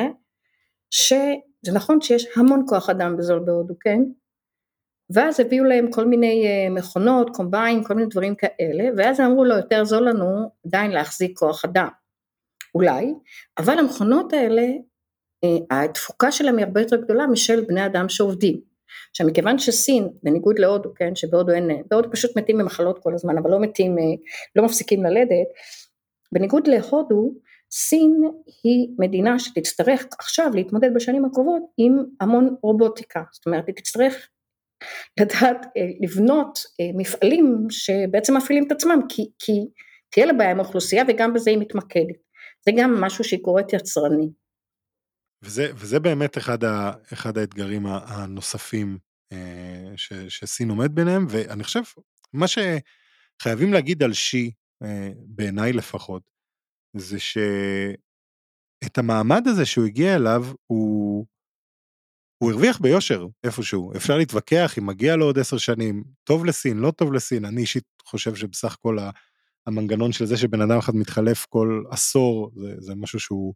שזה נכון שיש המון כוח אדם בזול בהודו, כן? ואז הביאו להם כל מיני מכונות, קומביין, כל מיני דברים כאלה, ואז אמרו לו יותר זול לנו עדיין להחזיק כוח אדם, אולי, אבל המכונות האלה, התפוקה שלהם היא הרבה יותר גדולה משל בני אדם שעובדים, עכשיו מכיוון שסין, בניגוד להודו, כן, שבהודו אין, בהודו פשוט מתים במחלות כל הזמן, אבל לא מתים, לא מפסיקים ללדת, בניגוד להודו, סין היא מדינה שתצטרך עכשיו להתמודד בשנים הקרובות עם המון רובוטיקה, זאת אומרת, היא תצטרך לדעת לבנות מפעלים שבעצם מפעילים את עצמם, כי, כי תהיה לה בעיה עם האוכלוסייה וגם בזה היא מתמקדת, זה גם משהו שהיא קוראת יצרני. וזה, וזה באמת אחד, ה, אחד האתגרים הנוספים ש, שסין עומד ביניהם, ואני חושב, מה שחייבים להגיד על שי, בעיניי לפחות, זה שאת המעמד הזה שהוא הגיע אליו, הוא, הוא הרוויח ביושר איפשהו, אפשר להתווכח אם מגיע לו עוד עשר שנים, טוב לסין, לא טוב לסין, אני אישית חושב שבסך הכל המנגנון של זה שבן אדם אחד מתחלף כל עשור, זה, זה משהו שהוא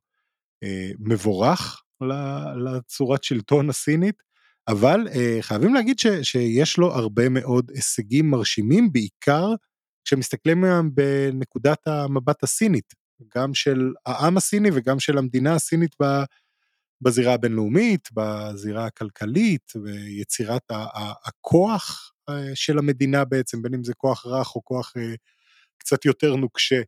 מבורך לצורת שלטון הסינית, אבל חייבים להגיד ש, שיש לו הרבה מאוד הישגים מרשימים, בעיקר כשמסתכלים מהם בנקודת המבט הסינית, גם של העם הסיני וגם של המדינה הסינית בזירה הבינלאומית, בזירה הכלכלית, ויצירת הכוח של המדינה בעצם, בין אם זה כוח רך או כוח קצת יותר נוקשה.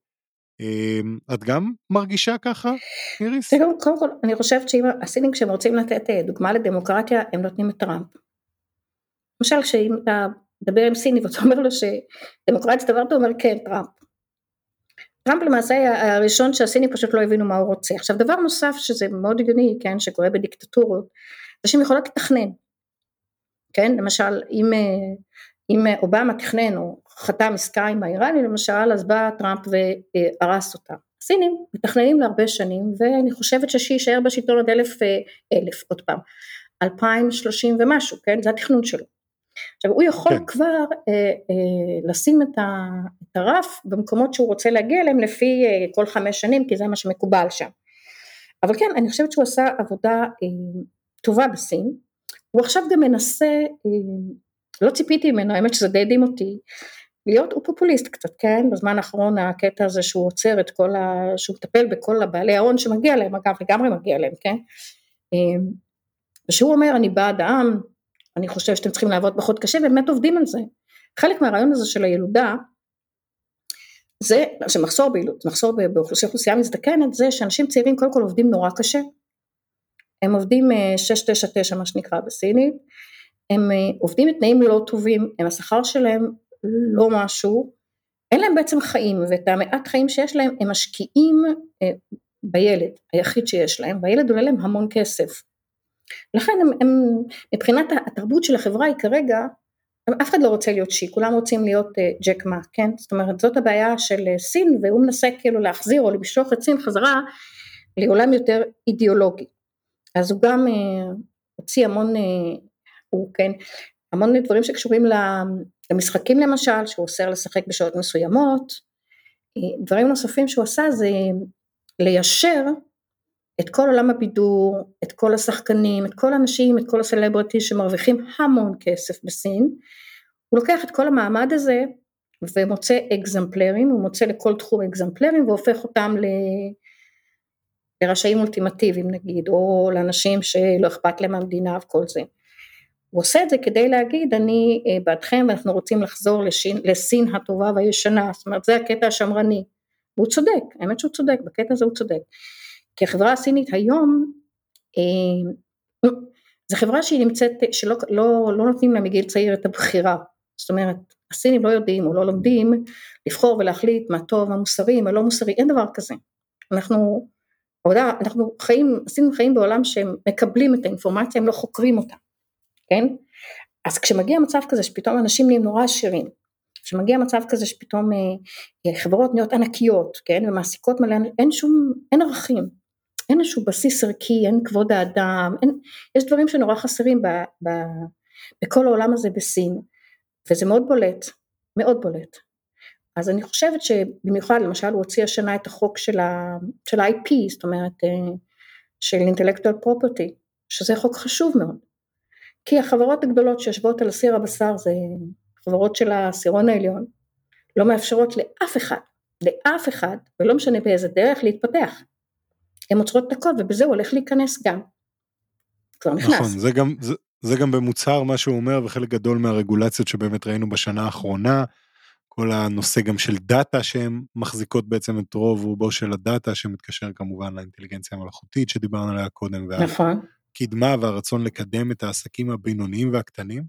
את גם מרגישה ככה, איריס? קודם כל, אני חושבת שהסינים כשהם רוצים לתת דוגמה לדמוקרטיה, הם נותנים את טראמפ. למשל, שאם אתה מדבר עם סיני ואתה אומר לו שדמוקרטיה דבר, אתה אומר כן, טראמפ. טראמפ למעשה היה הראשון שהסינים פשוט לא הבינו מה הוא רוצה. עכשיו, דבר נוסף שזה מאוד הגיוני, כן, שקורה בדיקטטורות, זה שהן יכולות לתכנן. כן, למשל, אם, אם אובמה תכנן או חתם עסקה עם האיראני, למשל, אז בא טראמפ והרס אותה. הסינים מתכננים להרבה שנים, ואני חושבת שיישאר בשלטון עוד אלף, אלף, עוד פעם, אלפיים שלושים ומשהו, כן, זה התכנון שלו. עכשיו, הוא יכול כן. כבר אה, אה, לשים את, ה, את הרף במקומות שהוא רוצה להגיע אליהם לפי אה, כל חמש שנים, כי זה מה שמקובל שם. אבל כן, אני חושבת שהוא עשה עבודה אה, טובה בסין, הוא עכשיו גם מנסה, לא ציפיתי ממנו, האמת שזה די הדהים אותי, להיות, הוא פופוליסט קצת, כן, בזמן האחרון הקטע הזה שהוא עוצר את כל ה... שהוא מטפל בכל הבעלי ההון שמגיע להם, אגב לגמרי מגיע להם, כן, ושהוא אומר אני בעד העם, אני חושב שאתם צריכים לעבוד פחות קשה, ובאמת עובדים על זה, חלק מהרעיון הזה של הילודה, זה, זה מחסור בילוד, מחסור באוכלוסייה, אוכלוסייה מזדקנת, זה שאנשים צעירים קודם כל עובדים נורא קשה, הם עובדים שש תשע תשע מה שנקרא בסינית, הם עובדים בתנאים לא טובים, הם השכר שלהם לא משהו, אין להם בעצם חיים, ואת המעט חיים שיש להם, הם משקיעים בילד, היחיד שיש להם, והילד עולה להם המון כסף, לכן הם, הם, מבחינת התרבות של החברה היא כרגע, אף אחד לא רוצה להיות שיק, כולם רוצים להיות uh, ג'ק מה, כן? זאת אומרת, זאת הבעיה של uh, סין, והוא מנסה כאילו להחזיר או למשוך את סין חזרה לעולם יותר אידיאולוגי. אז הוא גם uh, הוציא המון, uh, הוא, כן, המון דברים שקשורים למשחקים למשל, שהוא אוסר לשחק בשעות מסוימות, דברים נוספים שהוא עשה זה ליישר את כל עולם הבידור, את כל השחקנים, את כל האנשים, את כל הסלבריטי שמרוויחים המון כסף בסין, הוא לוקח את כל המעמד הזה ומוצא אקזמפלרים, הוא מוצא לכל תחום אקזמפלרים והופך אותם ל... לרשאים אולטימטיביים נגיד, או לאנשים שלא אכפת להם המדינה וכל זה. הוא עושה את זה כדי להגיד, אני בעדכם ואנחנו רוצים לחזור לשין, לסין הטובה והישנה, זאת אומרת זה הקטע השמרני, והוא צודק, האמת שהוא צודק, בקטע הזה הוא צודק. כי החברה הסינית היום, אה, זו חברה שהיא נמצאת, שלא לא, לא נותנים לה מגיל צעיר את הבחירה, זאת אומרת, הסינים לא יודעים או לא לומדים, לבחור ולהחליט מה טוב, מה מוסרי, מה לא מוסרי, אין דבר כזה. אנחנו, אנחנו חיים, הסינים חיים בעולם שהם מקבלים את האינפורמציה, הם לא חוקרים אותה, כן? אז כשמגיע מצב כזה שפתאום אנשים נהיים נורא עשירים, כשמגיע מצב כזה שפתאום אה, חברות נהיות ענקיות, כן? ומעסיקות מלא, אין שום, אין ערכים, אין איזשהו בסיס ערכי, אין כבוד האדם, אין, יש דברים שנורא חסרים ב, ב, בכל העולם הזה בסין, וזה מאוד בולט, מאוד בולט. אז אני חושבת שבמיוחד, למשל, הוא הוציא השנה את החוק של ה-איי פי, זאת אומרת, של Intellectual Property, שזה חוק חשוב מאוד, כי החברות הגדולות שיושבות על סיר הבשר, זה חברות של הסירון העליון, לא מאפשרות לאף אחד, לאף אחד, ולא משנה באיזה דרך להתפתח, הן עוצרות את הכל, ובזה הוא הולך להיכנס גם. כבר נכנס. נכון, זה גם, זה, זה גם במוצהר מה שהוא אומר, וחלק גדול מהרגולציות שבאמת ראינו בשנה האחרונה, כל הנושא גם של דאטה, שהן מחזיקות בעצם את רוב רובו של הדאטה, שמתקשר כמובן לאינטליגנציה המלאכותית, שדיברנו עליה קודם, נכון. והקדמה והרצון לקדם את העסקים הבינוניים והקטנים,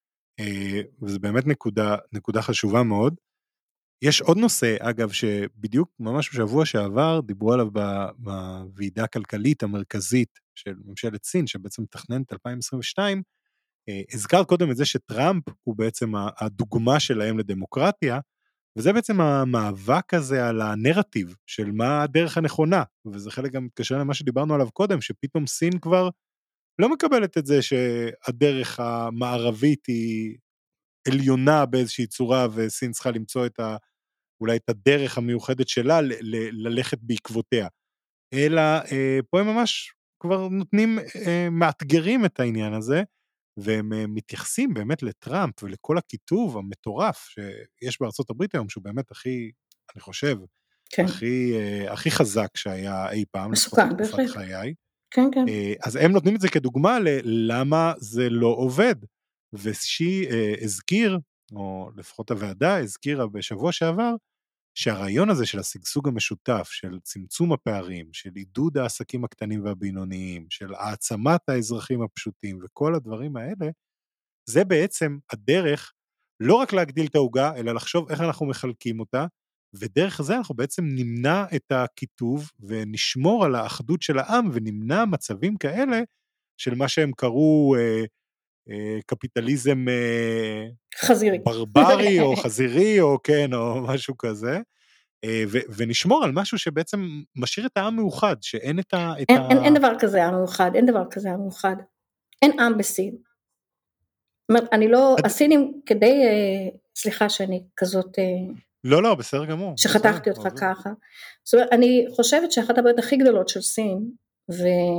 וזה באמת נקודה, נקודה חשובה מאוד. יש עוד נושא, אגב, שבדיוק ממש בשבוע שעבר, דיברו עליו בוועידה הכלכלית המרכזית של ממשלת סין, שבעצם מתכננת אלפיים עשרים ושתיים, הזכרת קודם את זה שטראמפ הוא בעצם הדוגמה שלהם לדמוקרטיה, וזה בעצם המאבק הזה על הנרטיב של מה הדרך הנכונה, וזה חלק גם מתקשר למה שדיברנו עליו קודם, שפתאום סין כבר לא מקבלת את זה שהדרך המערבית היא עליונה באיזושהי צורה, וסין צריכה למצוא את ה... אולי את הדרך המיוחדת שלה ל- ל- ללכת בעקבותיה, אלא אה, פה הם ממש כבר נותנים, אה, מאתגרים את העניין הזה, והם אה, מתייחסים באמת לטראמפ ולכל הכיתוב המטורף שיש בארצות הברית היום, שהוא באמת הכי, אני חושב, כן. הכי, אה, הכי חזק שהיה אי פעם, מסוכן, בהחלט. חיי. כן, כן. אה, אז הם נותנים את זה כדוגמה ללמה זה לא עובד, ושי אה, הזכיר, או לפחות הוועדה הזכירה בשבוע שעבר, שהרעיון הזה של הסגסוג המשותף, של צמצום הפערים, של עידוד העסקים הקטנים והבינוניים, של העצמת האזרחים הפשוטים, וכל הדברים האלה, זה בעצם הדרך, לא רק להגדיל את העוגה, אלא לחשוב איך אנחנו מחלקים אותה, ודרך זה אנחנו בעצם נמנע את הכיתוב, ונשמור על האחדות של העם, ונמנע מצבים כאלה, של מה שהם קראו, אה, אה, קפיטליזם אה, חזירי. ברברי, או חזירי, או כן, או משהו כזה, ו- ונשמור על משהו שבעצם משאיר את העם מאוחד, שאין את ה... אין, ה... אין, אין דבר כזה עם מאוחד, אין דבר כזה עם מאוחד, אין עם בסין. זאת אומרת, אני לא, עד... הסינים כדי, סליחה שאני כזאת... לא, לא, בסדר גמור. שחתכתי אותך ככה. זאת אומרת, אני חושבת שאחת הבעיות הכי גדולות של סין, ו...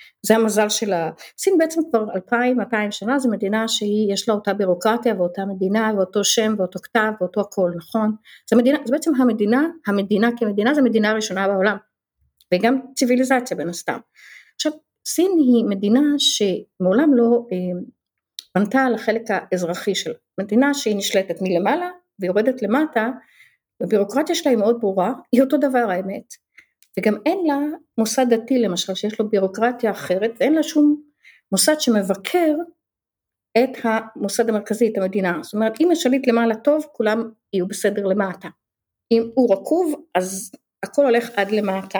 זה המזל שלה. סין בעצם כבר אלפיים מאתיים שנה, זו מדינה שיש לה אותה בירוקרטיה, ואותה מדינה, ואותו שם, ואותו כתב, ואותו הכל, נכון? זה, מדינה, זה בעצם המדינה, המדינה כמדינה, זו המדינה הראשונה בעולם, וגם ציוויליזציה בין הסתם. עכשיו, סין היא מדינה שמעולם לא אה, פנתה על החלק האזרחי שלה, מדינה שהיא נשלטת מלמעלה, ויורדת למטה, הבירוקרטיה שלה היא מאוד ברורה, היא אותו דבר האמת, וגם אין לה מוסד דתי למשל, שיש לו בירוקרטיה אחרת, ואין לה שום מוסד שמבקר את המוסד המרכזי, את המדינה. זאת אומרת, אם השליט למעלה טוב, כולם יהיו בסדר למטה. אם הוא רקוב, אז הכל הולך עד למטה.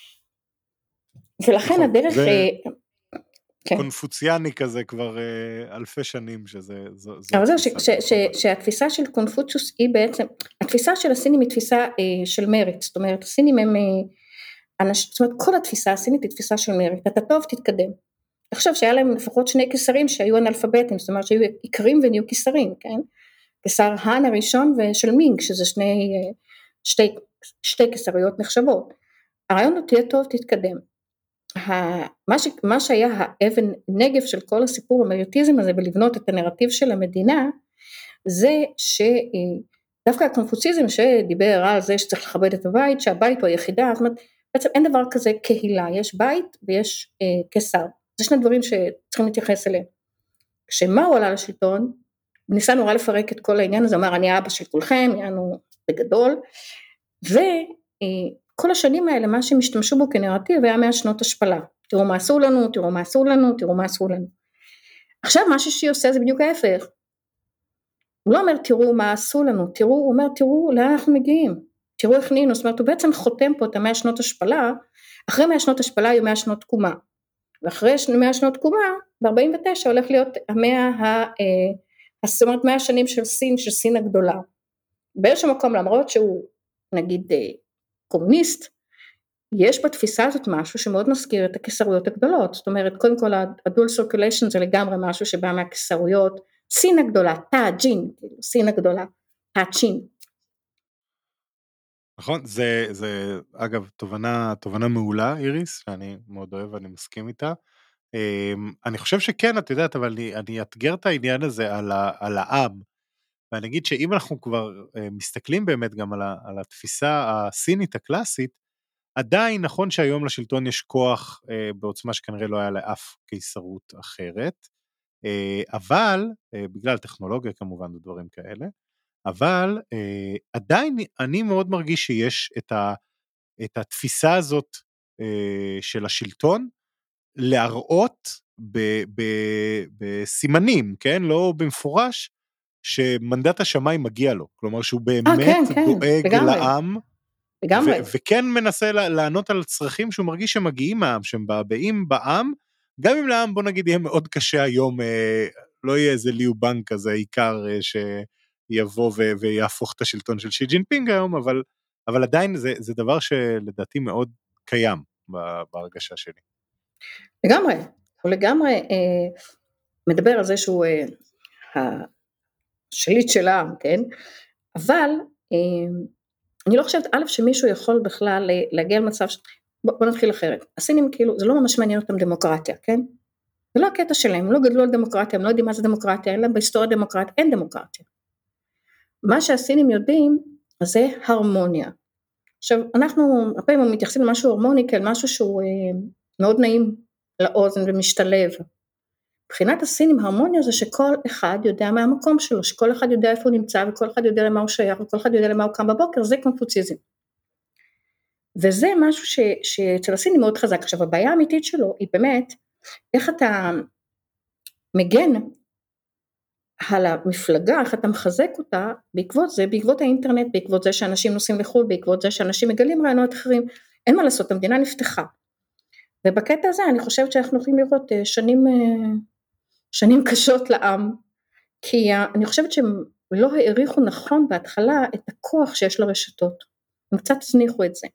ולכן הדרך... זה קונפוציאני כזה כבר אלפי שנים, שזה... אבל זהו, שהתפיסה של קונפוציוס היא בעצם, התפיסה של הסינים היא תפיסה של מריץ, זאת אומרת, הסינים הם... זאת אומרת, כל התפיסה הסינית היא תפיסה של מריץ, אתה טוב תתקדם. עכשיו שהיה להם לפחות שני קיסרים שהיו אנאלפביתים, זאת אומרת שהיו עיקרים ונהיו קיסרים, כן? קיסר האן הראשון ושל מינג, שזה שני, שתי, שתי קיסריות נחשבות. הרעיון הוא תהיה טוב תתקדם. מה, ש, מה שהיה האבן נגף של כל הסיפור המריטיזם הזה בלבנות את הנרטיב של המדינה, זה שדווקא הקונפוציזם שדיבר על זה שצריך לכבד את הבית, שהבית הוא היחידה, זאת אומרת, בעצם אין דבר כזה קהילה, יש בית ויש אה, קיסר, זה שני דברים שצריכים להתייחס אליהם. כשמה הוא עלה לשלטון, ניסה נורא לפרק את כל העניין הזה, אמר אני אבא של כולכם, יענו בגדול, וכל השנים האלה מה שהם השתמשו בו כנרטיב היה מאה שנות השפלה, תראו מה עשו לנו, תראו מה עשו לנו, תראו מה עשו לנו. עכשיו מה שהיא עושה זה בדיוק ההפך, הוא לא אומר תראו מה עשו לנו, תראו, הוא אומר תראו לאן אנחנו מגיעים, תראו איך נינו, זאת אומרת הוא בעצם חותם פה את המאה שנות השפלה, אחרי מאה שנות השפלה היו מאה שנות תקומה, ואחרי מאה שנות תקומה, ב-ארבעים ותשע הולך להיות המאה, זאת אומרת מאה שנים של סין, של סין הגדולה. באיזשהו מקום, למרות שהוא נגיד קומוניסט, יש בתפיסה הזאת משהו שמאוד מזכיר את הקיסרויות הגדולות, זאת אומרת קודם כל הדול סרקוליישן זה לגמרי משהו שבא מהקיסרויות, סין הגדולה, תא ג'ין, סין הגדולה, תא צ'ין. נכון, זה, זה אגב תובנה, תובנה מעולה איריס, שאני מאוד אוהב ואני מסכים איתה, אני חושב שכן, את יודעת, אבל אני, אני אתגר את העניין הזה על, ה, על העם, ואני אגיד שאם אנחנו כבר מסתכלים באמת גם על, ה, על התפיסה הסינית הקלאסית, עדיין נכון שהיום לשלטון יש כוח בעוצמה שכנראה לא היה לאף קיסרות אחרת, אבל, בגלל טכנולוגיה כמובן ודברים כאלה, אבל עדיין אני מאוד מרגיש שיש את, ה, את התפיסה הזאת של השלטון, להראות ב, ב, בסימנים, כן? לא במפורש, שמנדט השמיים מגיע לו, כלומר שהוא באמת 아, כן, כן, דואג לגמרי. לעם, לגמרי. ו- וכן מנסה לענות על צרכים שהוא מרגיש שמגיעים מהעם, שהם באים בעם, גם אם לעם בוא נגיד יהיה מאוד קשה היום, אה, לא יהיה איזה ליו בנק כזה, עיקר אה, שיבוא ו- ויהפוך את השלטון של שי ג'ינפינג היום, אבל, אבל עדיין זה, זה דבר שלדעתי מאוד קיים בהרגשה שלי. לגמרי, הוא לגמרי אה, מדבר על זה שהוא אה, השליט של העם, כן? אבל אה, אני לא חושבת, א', שמישהו יכול בכלל להגיע למצב, ש... בוא, בוא נתחיל אחרת, הסינים כאילו, זה לא ממש מעניין אותם דמוקרטיה, כן? זה לא הקטע שלהם, הם לא גדלו על דמוקרטיה, הם לא יודעים מה זה דמוקרטיה, אין להם בהיסטוריה דמוקרטיה, אין דמוקרטיה. מה שהסינים יודעים, זה הרמוניה. עכשיו, אנחנו, הפעמים מתייחסים למשהו הרמוני, כאל משהו שהוא אה, מאוד נעים לאוזן ומשתלב. מבחינת הסינים, הרמוניה זה שכל אחד יודע מה המקום שלו, שכל אחד יודע איפה הוא נמצא, וכל אחד יודע למה הוא שייך, וכל אחד יודע למה הוא קם בבוקר, זה קונפוציזם. וזה משהו ש, שאצל הסינים מאוד חזק. עכשיו, הבעיה האמיתית שלו היא באמת, איך אתה מגן על המפלגה, איך אתה מחזק אותה, בעקבות זה, בעקבות האינטרנט, בעקבות זה שאנשים נוסעים לחו"ל, בעקבות זה שאנשים מגלים רעיונות אחרים, אין מה לעשות, המדינה נפתחה. ובקטע הזה אני חושבת שאנחנו יכולים לראות שנים, שנים קשות לעם, כי אני חושבת שהם לא העריכו נכון בהתחלה את הכוח שיש לרשתות, הם קצת זניחו את זה.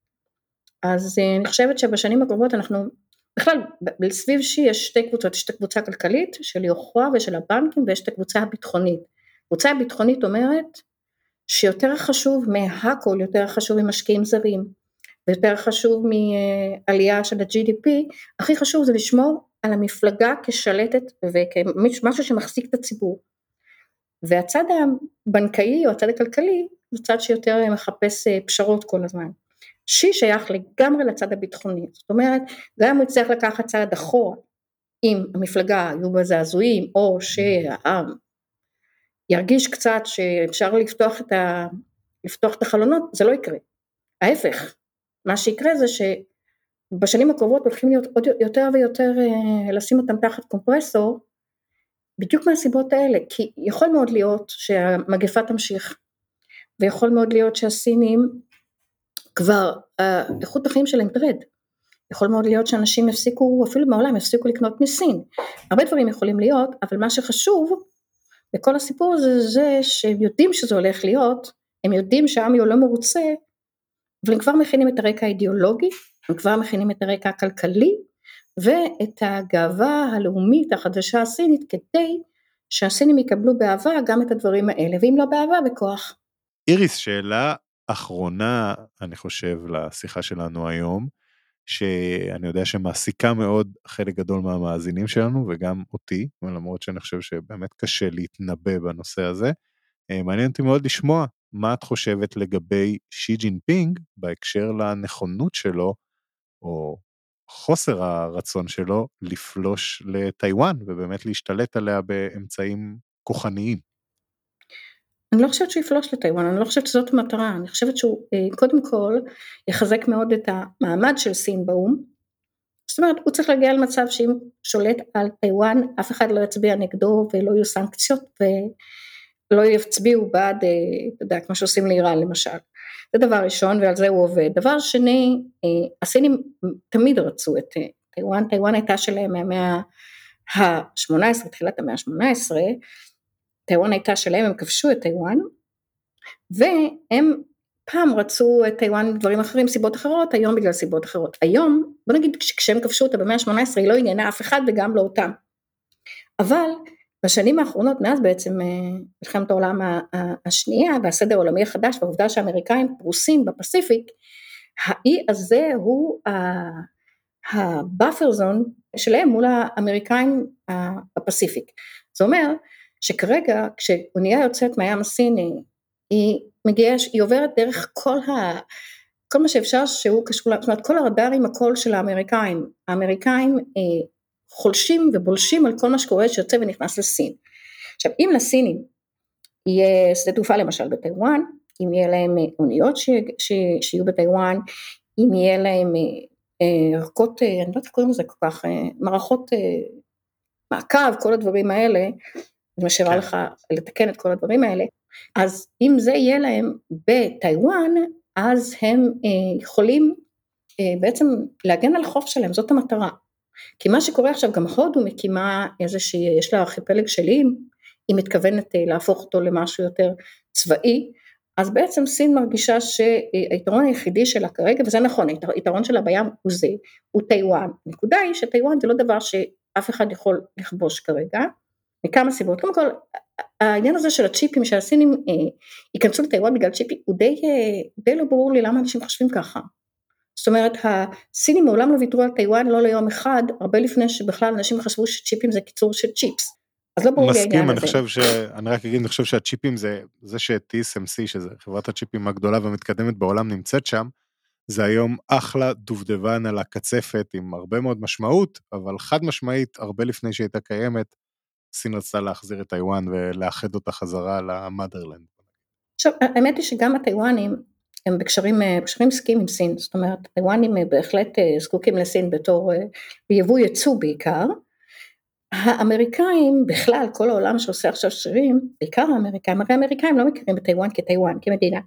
אז אני חושבת שבשנים הקרובות אנחנו, בכלל סביב שי יש שתי קבוצות, יש את הקבוצה הכלכלית של יוחווה ושל הבנקים, ויש את הקבוצה הביטחונית. הקבוצה הביטחונית אומרת שיותר חשוב מהכל, יותר חשוב ממשקיעים זרים, ויותר חשוב מעלייה של ה-ג'י די פי, הכי חשוב זה לשמור על המפלגה כשלטת וכמשהו שמחזיק את הציבור. והצד הבנקאי או הצד הכלכלי, זה צד שיותר מחפש פשרות כל הזמן. שי שייך לגמרי לצד הביטחוני, זאת אומרת, גם הוא יצטרך לקחת צעד אחורה, אם המפלגה היו בזעזועים, או שהעם ירגיש קצת שאפשר לפתוח את, ה... לפתוח את החלונות, זה לא יקרה. ההפך, מה שיקרה זה שבשנים הקרובות הולכים להיות עוד יותר ויותר לשים אותם תחת קומפרסור, בדיוק מהסיבות האלה, כי יכול מאוד להיות שהמגפה תמשיך, ויכול מאוד להיות שהסינים כבר, איכות החיים שלהם תרד, יכול מאוד להיות שאנשים יפסיקו, אפילו בעולם יפסיקו לקנות מסין, הרבה דברים יכולים להיות, אבל מה שחשוב בכל הסיפור הזה, זה שהם יודעים שזה הולך להיות, הם יודעים שהעם יהיה לא מרוצה, אבל הם כבר מכינים את הרקע האידיאולוגי, הם כבר מכינים את הרקע הכלכלי, ואת הגאווה הלאומית החדשה הסינית, כדי שהסינים יקבלו באהבה גם את הדברים האלה, ואם לא באהבה, בכוח. איריס, שאלה אחרונה, אני חושב, לשיחה שלנו היום, שאני יודע שמעסיקה מאוד חלק גדול מהמאזינים שלנו, וגם אותי, למרות שאני חושב שבאמת קשה להתנבא בנושא הזה, מעניין אותי מאוד לשמוע מה את חושבת לגבי שי ג'ינפינג, בהקשר לנכונות שלו, או חוסר הרצון שלו, לפלוש לטיואן, ובאמת להשתלט עליה באמצעים כוחניים. אני לא חושבת שהוא יפלוש לטיואן, אני לא חושבת שזאת המטרה, אני חושבת שהוא קודם כל יחזק מאוד את המעמד של סין באום, זאת אומרת, הוא צריך להגיע למצב שאם שולט על טיואן, אף אחד לא יצביע נגדו ולא יהיו סנקציות ולא יצביעו בעד, אתה יודע, כמו שעושים לאיראן למשל. זה דבר ראשון ועל זה הוא עובד. דבר שני, הסינים תמיד רצו את טיואן, טיואן הייתה שלהם מהמאה ה-שמונה עשרה, תחילת המאה ה-שמונה עשרה, טיואן הייתה שלהם, הם כבשו את טיואן, והם פעם רצו את טיואן דברים אחרים, סיבות אחרות, היום בגלל סיבות אחרות. היום, בוא נגיד כשהם כבשו אותה במאה ה-שמונה עשרה, היא לא עניינה אף אחד וגם לא אותם. אבל בשנים האחרונות, מאז בעצם מלחמת העולם השנייה, והסדר העולמי החדש, והעובדה שהאמריקאים פרוסים בפסיפיק, האי הזה הוא הבאפר זון שלהם מול האמריקאים בפסיפיק. זה אומר שכרגע כשאונייה יוצאת מהים הסיני, היא מגיעה, היא עוברת דרך כל ה... כל מה שאפשר שהוא קשור, זאת אומרת, כל הרדארים, הכל של האמריקאים, האמריקאים אה, חולשים ובולשים על כל מה שקורה שיוצא ונכנס לסין. עכשיו, אם לסינים יהיה שדה תעופה למשל בטיואן, אם יהיה להם אוניות ש... ש... שיהיו בטיואן, אם יהיה להם אה, ערכות, אה, אני לא יודעת קוראים לזה כל כך, אה, מערכות אה, מעקב, כל הדברים האלה, אני משאירה כן. לך לתקן את כל הדברים האלה, אז אם זה יהיה להם בטיואן, אז הם אה, יכולים אה, בעצם להגן על החוף שלהם, זאת המטרה. כי מה שקורה עכשיו, גם הודו מקימה איזושהי, יש לה ארכיפלג של איים, היא מתכוונת אה, להפוך אותו למשהו יותר צבאי, אז בעצם סין מרגישה שהיתרון היחידי שלה כרגע, וזה נכון, היתרון שלה בים הוא זה, הוא טיואן. הנקודה היא שטיואן זה לא דבר שאף אחד יכול לכבוש כרגע, מכמה סיבות. קודם כל, העניין הזה של הצ'יפים, שהסינים אה, ייכנסו לטיואן בגלל צ'יפים, הוא די, אה, די לא ברור לי למה אנשים חושבים ככה. זאת אומרת, הסינים מעולם לא ויתרו על טיואן, לא ליום אחד, הרבה לפני שבכלל אנשים חשבו שצ'יפים זה קיצור של צ'יפס. אז לא ברור לי העניין הזה. מסכים, אני חושב ש... אני רק אגיד, אני חושב שהצ'יפים זה, זה ש-טי אס אם סי, שזה חברת הצ'יפים הגדולה והמתקדמת בעולם נמצאת שם, זה היום אחלה דובדבן על הקצפת עם הרבה מאוד משמעות, אבל חד משמעית, הרבה לפני שהייתה קיימת, סין רצתה להחזיר את טיואן ולאחד אותה חזרה למאדרלנד. עכשיו, האמת היא שגם הטיואנים הם בקשרים, בקשרים סקים עם סין, זאת אומרת, טיואנים בהחלט זקוקים לסין בתור, ביבוא יצוא בעיקר, האמריקאים בכלל, כל העולם שעושה עכשיו שירים, בעיקר האמריקאים, הרי האמריקאים לא מכירים בטיואן כטיואן, כמדינה.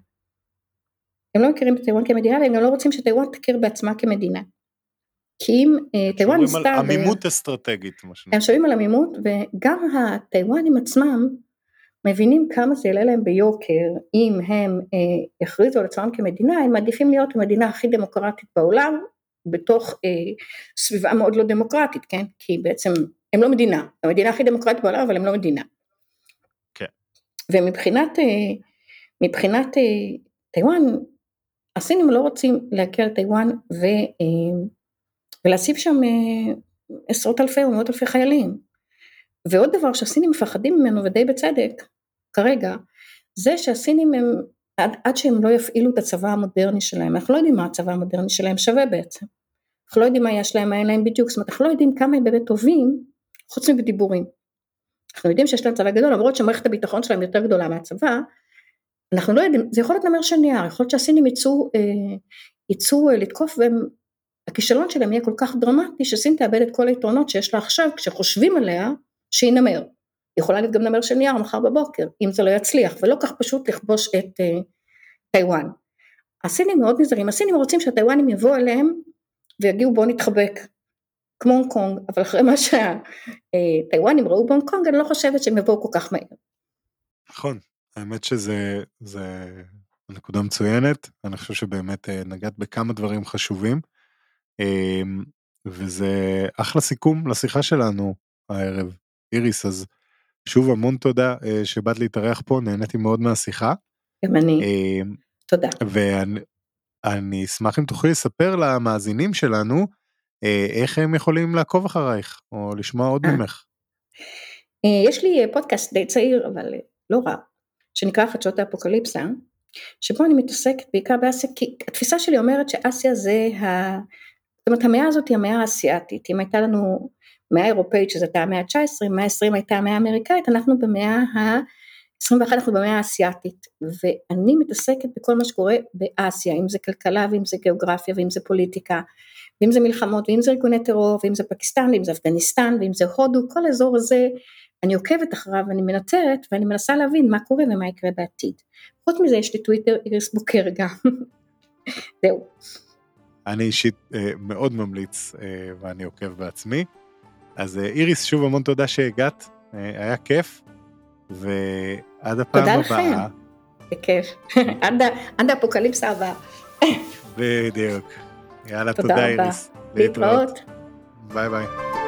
הם לא מכירים בטיואן כמדינה, והם לא רוצים שטיואן תכיר בעצמה כמדינה. כי אם טיואן נסתר... עמימות אסטרטגית. הם שומעים על עמימות, וגם הטיואנים עצמם מבינים כמה זה יעלה להם ביוקר, אם הם הכריזו על עצמם כמדינה, הם מעדיפים להיות המדינה הכי דמוקרטית בעולם, בתוך סביבה מאוד לא דמוקרטית, כן? כי בעצם הם לא מדינה, המדינה הכי דמוקרטית בעולם, אבל הם לא מדינה. כן. ומבחינת מבחינת טיואן, הסינים לא רוצים להכיר את טיואן ו, ולהציב שם עשרות אלפי או מאות אלפי חיילים. ועוד דבר שהסינים מפחדים ממנו ודי בצדק, כרגע, זה שהסינים הם, עד, עד שהם לא יפעילו את הצבא המודרני שלהם, אנחנו לא יודעים מה הצבא המודרני שלהם שווה בעצם, אנחנו לא יודעים מה יש להם, מה אין להם בדיוק, זאת אומרת, אנחנו לא יודעים כמה הם באמת טובים, חוץ מבדיבורים. אנחנו יודעים שיש להם צבא גדול, למרות שמערכת הביטחון שלהם יותר גדולה מהצבא, אנחנו לא יודעים, זה יכול להיות נמר של נייר, יכול להיות שהסינים יצאו, אה, יצאו אה, לתקוף, והכישלון שלהם יהיה כל כך דרמטי, שסין תאבד את כל היתרונות שיש לה עכשיו, כשחושבים עליה, שהיא נמר. יכולה להיות גם נמר של נייר מחר בבוקר, אם זה לא יצליח, ולא כך פשוט לכבוש את אה, טיואן. הסינים מאוד נזרים, הסינים רוצים שהטיואנים יבואו אליהם, ויגיעו בואו נתחבק, כמו הונג קונג, אבל אחרי מה שהטיואנים ראו בהונג קונג, אני לא חושבת שהם יבואו כל כך מהר. נכון, האמת שזה זה נקודה מצוינת, אני חושב שבאמת נגעת בכמה דברים חשובים, וזה אחלה סיכום לשיחה שלנו הערב. איריס, אז שוב המון תודה שבאת להתארח פה, נהניתי מאוד מהשיחה. גם אני, תודה. ואני אשמח אם תוכלי לספר למאזינים שלנו, איך הם יכולים לעקוב אחרייך, או לשמוע עוד ממך. יש לי פודקאסט די צעיר, אבל לא רע, שנקרא חדשות האפוקליפסה, שבו אני מתעסקת בעיקר באסיה, כי התפיסה שלי אומרת שאסיה זה, ה... זאת אומרת, המאה הזאת היא המאה האסייתית, אם הייתה לנו מאה אירופאית, שזו הייתה המאה ה-תשע עשרה, מאה ה-עשרים הייתה המאה האמריקאית, אנחנו במאה ה-עשרים ואחת, אנחנו במאה האסייתית, ואני מתעסקת בכל מה שקורה באסיה, אם זה כלכלה, ואם זה גיאוגרפיה, ואם זה פוליטיקה, ואם זה מלחמות, ואם זה ארגוני טרור, ואם זה פקיסטן, ואם זה אפגניסטן, ואם זה הודו, כל האזור הזה, אני עוקבת אחריו, ואני מנטרת, ואני מנסה להבין מה קורה ומה יקרה בעתיד. חוץ מזה יש לי טוויטר, איריס בוקר גם. זהו. אני אישית מאוד ממליץ, ואני עוקב בעצמי. אז איריס, שוב המון תודה שהגעת, היה כיף, ועד הפעם הבאה. תודה לכם, בכיף. עד האפוקליפסה הבאה. בדיוק. יאללה, תודה איריס. להתראות. ביי ביי.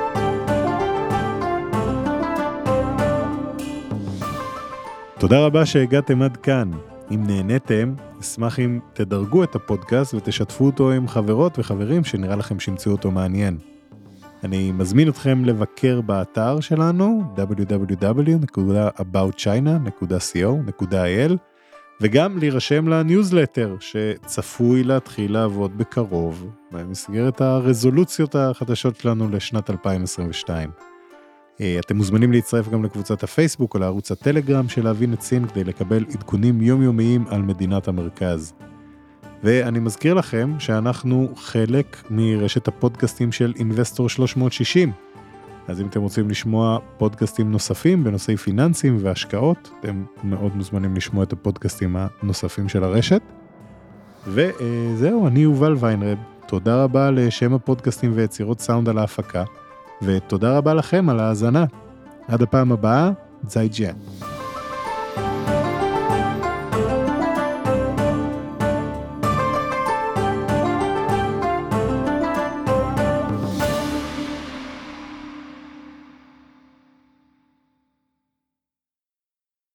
תודה רבה שהגעתם עד כאן. אם נהניתם, אשמח אם תדרגו את הפודקאסט ותשתפו אותו עם חברות וחברים שנראה לכם שימצאו אותו מעניין. אני מזמין אתכם לבקר באתר שלנו דאבליו דאבליו דאבליו נקודה אבאוט צ'יינה נקודה סי או נקודה איי אל וגם להירשם לניוזלטר שצפוי להתחיל לעבוד בקרוב במסגרת הרזולוציות החדשות שלנו לשנת אלפיים עשרים ושתיים. אתם מוזמנים להצטרף גם לקבוצת הפייסבוק או לערוץ הטלגרם של להבין את סין כדי לקבל עדכונים יומיומיים על מדינת המרכז. ואני מזכיר לכם שאנחנו חלק מרשת הפודקאסטים של Investor שלוש מאות שישים. אז אם אתם רוצים לשמוע פודקאסטים נוספים בנושאי פיננסים והשקעות, אתם מאוד מוזמנים לשמוע את הפודקאסטים הנוספים של הרשת. וזהו, אני יובל ויינרב. תודה רבה לשם הפודקאסטים ויצירות סאונד על ההפקה. ותודה רבה לכם על ההאזנה. עד הפעם הבאה, זיי ג'יאן.